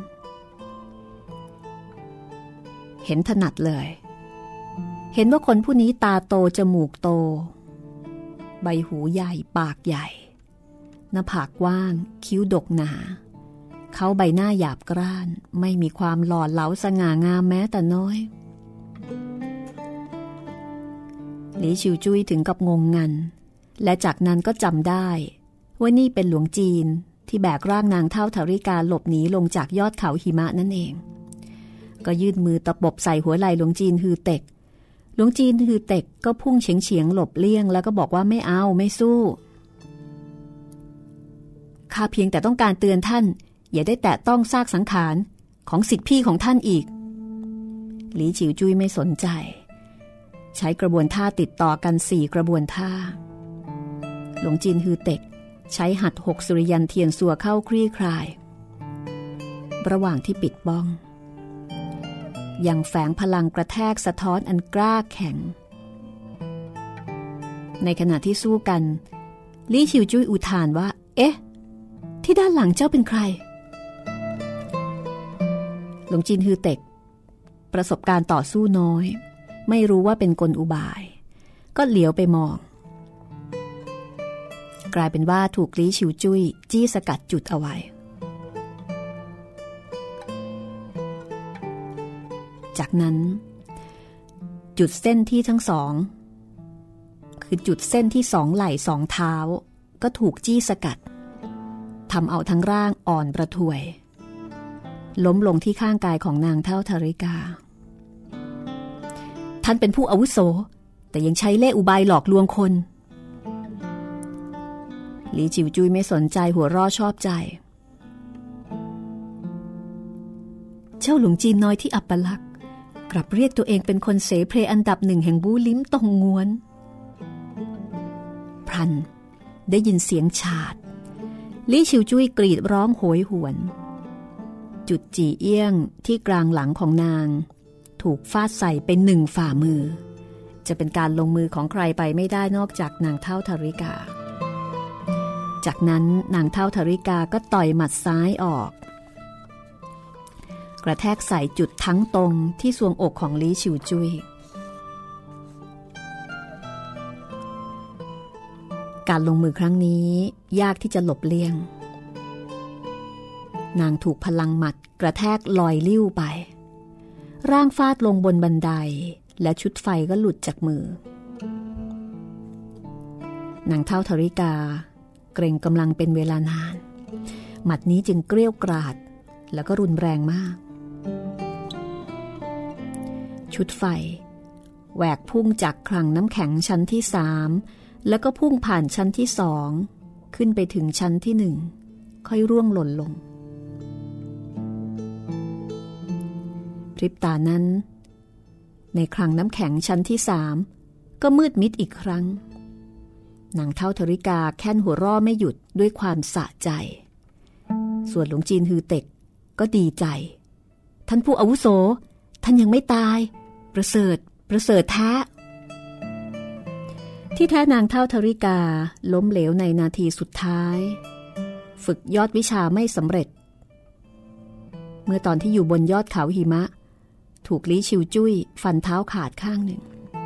เห็นถนัดเลยเห็นว่าคนผู้นี้ตาโตจมูกโตใบหูใหญ่ปากใหญ่หน้าผากกว้างคิ้วดกหนาเขาใบหน้าหยาบกร้านไม่มีความหล่อเหลาสง่างามแม้แต่น้อยหลีฉิวจุ้ยถึงกับงงงันและจากนั้นก็จำได้ว่านี่เป็นหลวงจีนที่แบกร่างนางเฒ่าธริกาหลบหนีลงจากยอดเขาหิมะนั่นเองก็ยื่นมือตะปบใส่หัวไหล่หลวงจีนฮือเต็กหลวงจีนฮือเต็กก็พุ่งเฉียงหลบเลี่ยงแล้วก็บอกว่าไม่เอาไม่สู้ข้าเพียงแต่ต้องการเตือนท่านอย่าได้แตะต้องซากสังขารของสิทธิพี่ของท่านอีกหลีฉิวจุ้ยไม่สนใจใช้กระบวนท่าติดต่อกัน4 กระบวนท่าหลวงจีนฮือเต็กใช้หัตถ์6 สุริยันเทียนสัวเข้าคลี่คลายระหว่างที่ปิดบ้องยังแฝงพลังกระแทกสะท้อนอันกล้าแข็งในขณะที่สู้กันลี่ฉิวจุ้ยอุทานว่าเอ๊ะที่ด้านหลังเจ้าเป็นใครหลวงจีนฮือเต็กประสบการณ์ต่อสู้น้อยไม่รู้ว่าเป็นกลอุบายก็เหลียวไปมองกลายเป็นว่าถูกลี่ฉิวจุ้ยจี้สกัดจุดเอาไว้จากนั้นจุดเส้นที่ทั้งสองคือจุดเส้นที่2 ไหล่2 เท้าก็ถูกจี้สกัดทำเอาทั้งร่างอ่อนประทวยล้มลงที่ข้างกายของนางเฒ่าธริกาท่านเป็นผู้อาวุโสแต่ยังใช้เล่ห์อุบายหลอกลวงคนหลีจิวจุยไม่สนใจหัวเราะชอบใจเจ้าหลวงจีนน้อยที่อัปลักษณ์กลับเรียกตัวเองเป็นคนเสเพลอันดับ1แห่งบูลิ้มตงง้วนพลันได้ยินเสียงฉาดลี่ฉิวจุ้ยกรีดร้องโหยหวนจุดจีเอี้ยงที่กลางหลังของนางถูกฟาดใส่เป็น1 ฝ่ามือจะเป็นการลงมือของใครไปไม่ได้นอกจากนางเฒ่าธริกาจากนั้นนางเฒ่าธริกาก็ต่อยหมัดซ้ายออกกระแทกใส่จุดทั้งตรงที่ทรวงอกของลี่ฉิวจุ้ยการลงมือครั้งนี้ยากที่จะหลบเลี่ยงนางถูกพลังหมัดกระแทกลอยลิ้วไปร่างฟาดลงบนบันไดและชุดไฟก็หลุดจากมือนางเฒ่าธริกาเกรงกำลังเป็นเวลานานหมัดนี้จึงเกรี้ยวกราดแล้วก็รุนแรงมากชุดไฟแหวกพุ่งจากคลังน้ำแข็งชั้นที่3แล้วก็พุ่งผ่านชั้นที่2ขึ้นไปถึงชั้นที่1ค่อยร่วงหล่นลงพริบตานั้นในคลังน้ำแข็งชั้นที่3ก็มืดมิดอีกครั้งนางเฒ่าธริกาแค่นหัวเราะไม่หยุดด้วยความสะใจส่วนหลวงจีนฮือเต็กก็ดีใจท่านผู้อาวุโสท่านยังไม่ตายประเสริฐแท้ที่แท้นางเฒ่าธริกาล้มเหลวในนาทีสุดท้ายฝึกยอดวิชาไม่สำเร็จเมื่อตอนที่อยู่บนยอดเขาหิมะถูกลี้ชิวจุ้ยฟันเท้าขาดข้างหนึ่ง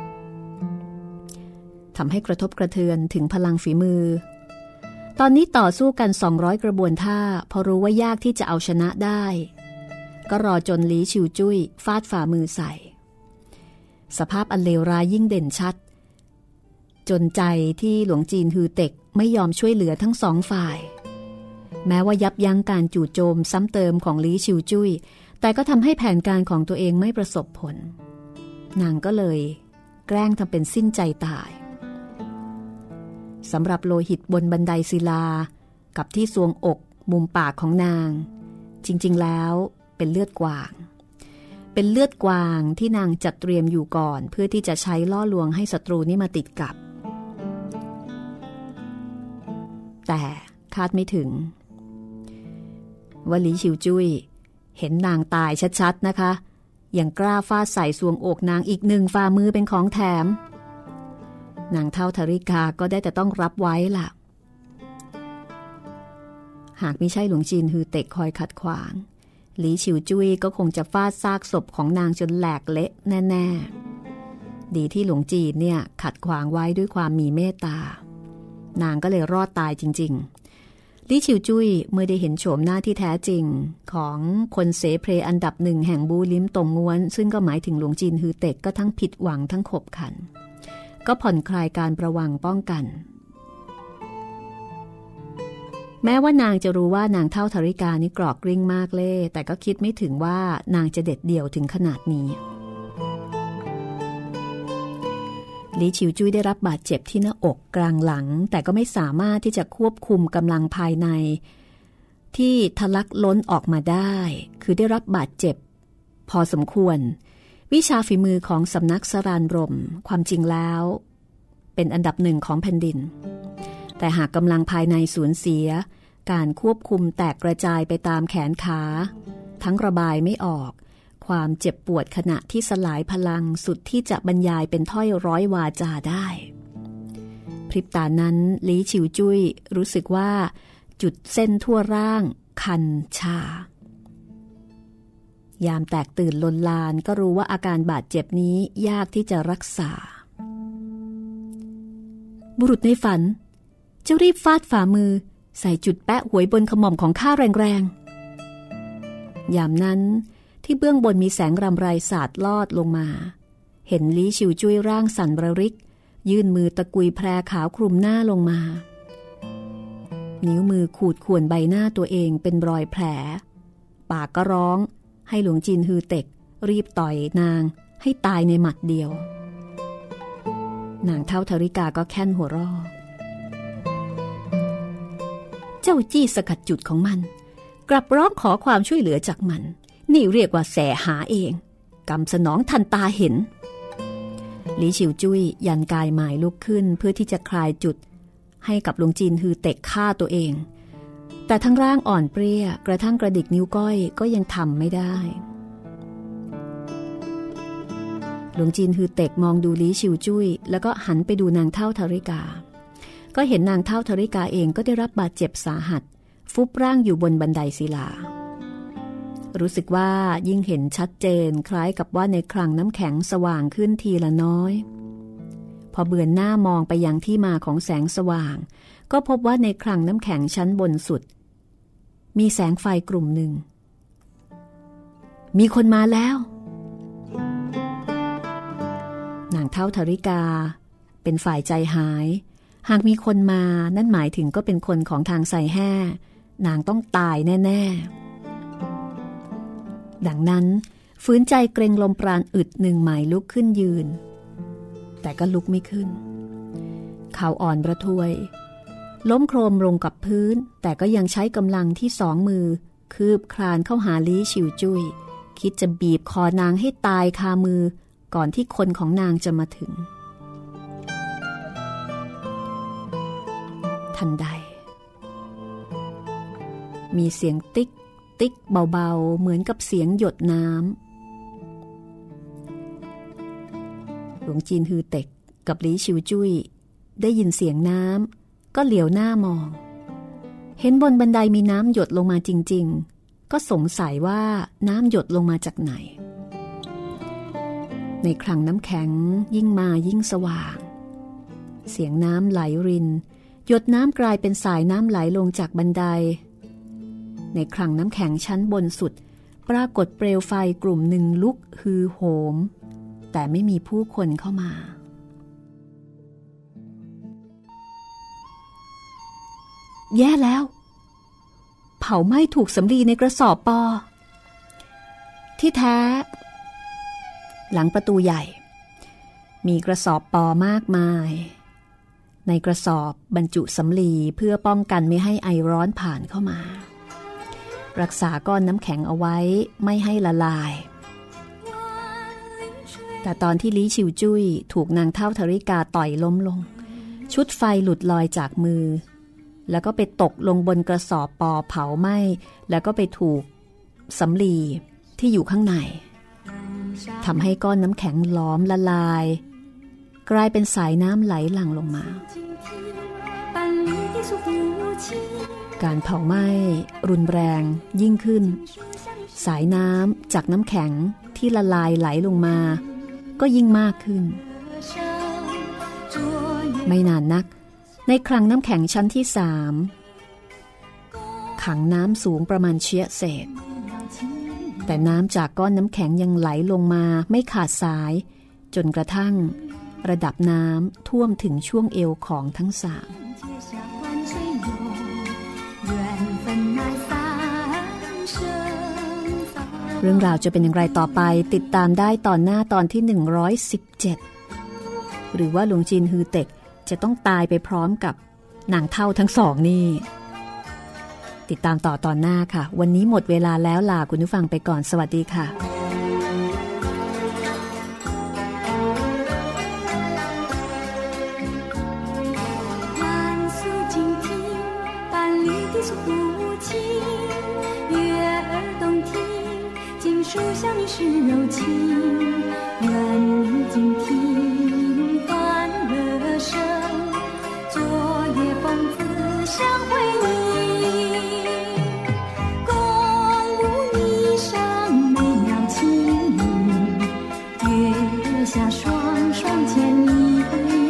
ทำให้กระทบกระเทือนถึงพลังฝีมือตอนนี้ต่อสู้กัน200กระบวนท่าพอรู้ว่ายากที่จะเอาชนะได้ก็รอจนลี้ชิวจุ้ยฟาดฝ่ามือใส่สภาพอันเลวร้ายยิ่งเด่นชัดจนใจที่หลวงจีนฮือเต็กไม่ยอมช่วยเหลือทั้ง2ฝ่ายแม้ว่ายับยั้งการจู่โจมซ้ำเติมของลี้ชิวจุ้ยแต่ก็ทำให้แผนการของตัวเองไม่ประสบผลนางก็เลยแกล้งทำเป็นสิ้นใจตายสำหรับโลหิตบนบันไดศิลากับที่ซวงอกมุมปากของนางจริงๆแล้วเป็นเลือดกวางที่นางจัดเตรียมอยู่ก่อนเพื่อที่จะใช้ล่อลวงให้ศัตรูนี่มาติดกับแต่คาดไม่ถึงว่าลี้ชิวจุ้ยเห็นนางตายชัดๆนะคะยังกล้าฟาดใส่ซวงอกนางอีก1ฝ่ามือเป็นของแถมนางเฒ่าธริกาก็ได้แต่ต้องรับไว้ล่ะหากไม่ใช่หลวงจีนฮือเต็กคอยขัดขวางลี้ชิวจุ้ยก็คงจะฟาดซากศพของนางจนแหลกเละแน่ๆดีที่หลวงจีนเนี่ยขัดขวางไว้ด้วยความมีเมตตานางก็เลยรอดตายจริงๆลี้ชิวจุ้ยเมื่อได้เห็นโฉมหน้าที่แท้จริงของคนเสเพลอันดับ1แห่งบูลิ้มตงง้วนซึ่งก็หมายถึงหลวงจีนฮือเต็กก็ทั้งผิดหวังทั้งขบขันก็ผ่อนคลายการประวังป้องกันแม้ว่านางจะรู้ว่านางเฒ่าธริกานี่กรอกกริ้งมากเล่แต่ก็คิดไม่ถึงว่านางจะเด็ดเดี่ยวถึงขนาดนี้ลี้ชิวจุ้ยได้รับบาดเจ็บที่หน้าอกกลางหลังแต่ก็ไม่สามารถที่จะควบคุมกำลังภายในที่ทะลักล้นออกมาได้คือได้รับบาดเจ็บพอสมควรวิชาฝีมือของสำนักสรานรมความจริงแล้วเป็นอันดับ1ของแผ่นดินแต่หากกำลังภายในสูญเสียการควบคุมแตกกระจายไปตามแขนขาทั้งระบายไม่ออกความเจ็บปวดขณะที่สลายพลังสุดที่จะบรรยายเป็นถ้อยร้อยวาจาได้พริบตานั้นลี้ชิวจุ้ยรู้สึกว่าจุดเส้นทั่วร่างคันชายามแตกตื่นลนลานก็รู้ว่าอาการบาดเจ็บนี้ยากที่จะรักษาบุรุษในฝันเจ้ารีบฟาดฝ่ามือใส่จุดแปะหวยบนขม่อมของข้าแรงๆยามนั้นที่เบื้องบนมีแสงรำไรสาดลอดลงมาเห็นลี้ชิวจุ้ยร่างสั่นระริกยื่นมือตะกุยแพรขาวคลุมหน้าลงมานิ้วมือขูดข่วนใบหน้าตัวเองเป็นรอยแผลปากก็ร้องให้หลวงจีนฮือเต็กรีบต่อยนางให้ตายในหมัดเดียวนางเฒ่าธริกาก็แค่นหัวเราะเจ้าจี้สกัดจุดของมันกลับร้องขอความช่วยเหลือจากมันนี่เรียกว่าแสหาเองกำสนองทันตาเห็นลี้ชิวจุ้ยยันกายหมายลุกขึ้นเพื่อที่จะคลายจุดให้กับหลวงจีนฮือเต็กฆ่าตัวเองแต่ทั้งร่างอ่อนเปรี้ยกระทั่งกระดิกนิ้วก้อยก็ยังทำไม่ได้หลวงจีนฮือเต็กมองดูลี้ชิวจุ้ยแล้วก็หันไปดูนางเฒ่าธริกาก็เห็นนางเฒ่าธริกาเองก็ได้รับบาดเจ็บสาหัสฟุบร่างอยู่บนบันไดศิลารู้สึกว่ายิ่งเห็นชัดเจนคล้ายกับว่าในคลังน้ำแข็งสว่างขึ้นทีละน้อยพอเบือนหน้ามองไปยังที่มาของแสงสว่างก็พบว่าในคลังน้ำแข็งชั้นบนสุดมีแสงไฟกลุ่มหนึ่งมีคนมาแล้วนางเฒ่าธริกาเป็นฝ่ายใจหายหากมีคนมานั่นหมายถึงก็เป็นคนของทางไซแห่นางต้องตายแน่ๆดังนั้นฝืนใจเกรงลมปราณอึดหนึ่งหมายลุกขึ้นยืนแต่ก็ลุกไม่ขึ้นเข่าอ่อนระทวยล้มโครมลงกับพื้นแต่ก็ยังใช้กำลังที่2 มือคืบคลานเข้าหาลี้ชิวจุ้ยคิดจะบีบคอนางให้ตายคามือก่อนที่คนของนางจะมาถึงทันใดมีเสียงติ๊กติ๊กเบาๆเหมือนกับเสียงหยดน้ำหลวงจีนฮือเต็กกับหลีชิวจุ้ยได้ยินเสียงน้ำก็เหลียวหน้ามองเห็นบนบันไดมีน้ำหยดลงมาจริงๆก็สงสัยว่าน้ำหยดลงมาจากไหนในคลังน้ำแข็งยิ่งมายิ่งสว่างเสียงน้ำไหลรินหยดน้ำกลายเป็นสายน้ำไหลลงจากบันไดในคลังน้ำแข็งชั้นบนสุดปรากฏเปลวไฟกลุ่มหนึ่งลุกฮือโหมแต่ไม่มีผู้คนเข้ามาแย่แล้วเผาไหม้ถูกสำลีในกระสอบปอที่แท้หลังประตูใหญ่มีกระสอบปอมากมายในกระสอบบรรจุสำลีเพื่อป้องกันไม่ให้ไอร้อนผ่านเข้ามารักษาก้อนน้ำแข็งเอาไว้ไม่ให้ละลายแต่ตอนที่ลี้ชิวจุ้ยถูกนางเฒ่าธริกาต่อยล้มลงชุดไฟหลุดลอยจากมือแล้วก็ไปตกลงบนกระสอบปอเผาไหม้แล้วก็ไปถูกสำลีที่อยู่ข้างในทำให้ก้อนน้ำแข็งล้อมละลายกลายเป็นสายน้ำไหลหลั่งลงมาการเผาไหม้รุนแรงยิ่งขึ้นสายน้ำจากน้ำแข็งที่ละลายไหลลงมาก็ยิ่งมากขึ้นไม่นานนักในคลังน้ำแข็งชั้นที่3ขังน้ำสูงประมาณเชียเศษแต่น้ำจากก้อนน้ำแข็งยังไหลลงมาไม่ขาดสายจนกระทั่งระดับน้ำท่วมถึงช่วงเอวของทั้ง3เรื่องราวจะเป็นอย่างไรต่อไปติดตามได้ตอนหน้าตอนที่117หรือว่าหลวงจีนฮือเต็กจะต้องตายไปพร้อมกับนางเฒ่าทั้งสองนี่ติดตามต่อตอนหน้าค่ะวันนี้หมดเวลาแล้วลาคุณผู้ฟังไปก่อนสวัสดีค่ะ树下你是柔情，愿你静听欢乐声，昨夜风姿相会你，共舞霓裳美妙情侣，月下双双牵一回，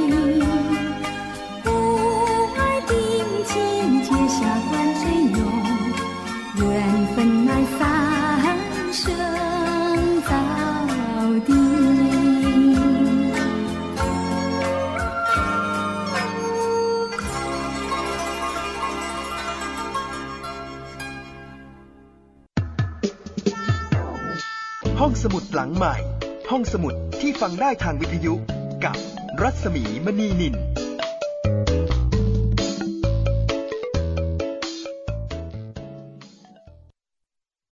不爱定情结下关水涌，缘分乃三生到底。 ห้องสมุดหลังใหม่ห้องสมุดที่ฟังได้ทางวิทยุกับรัศมีมณีนิน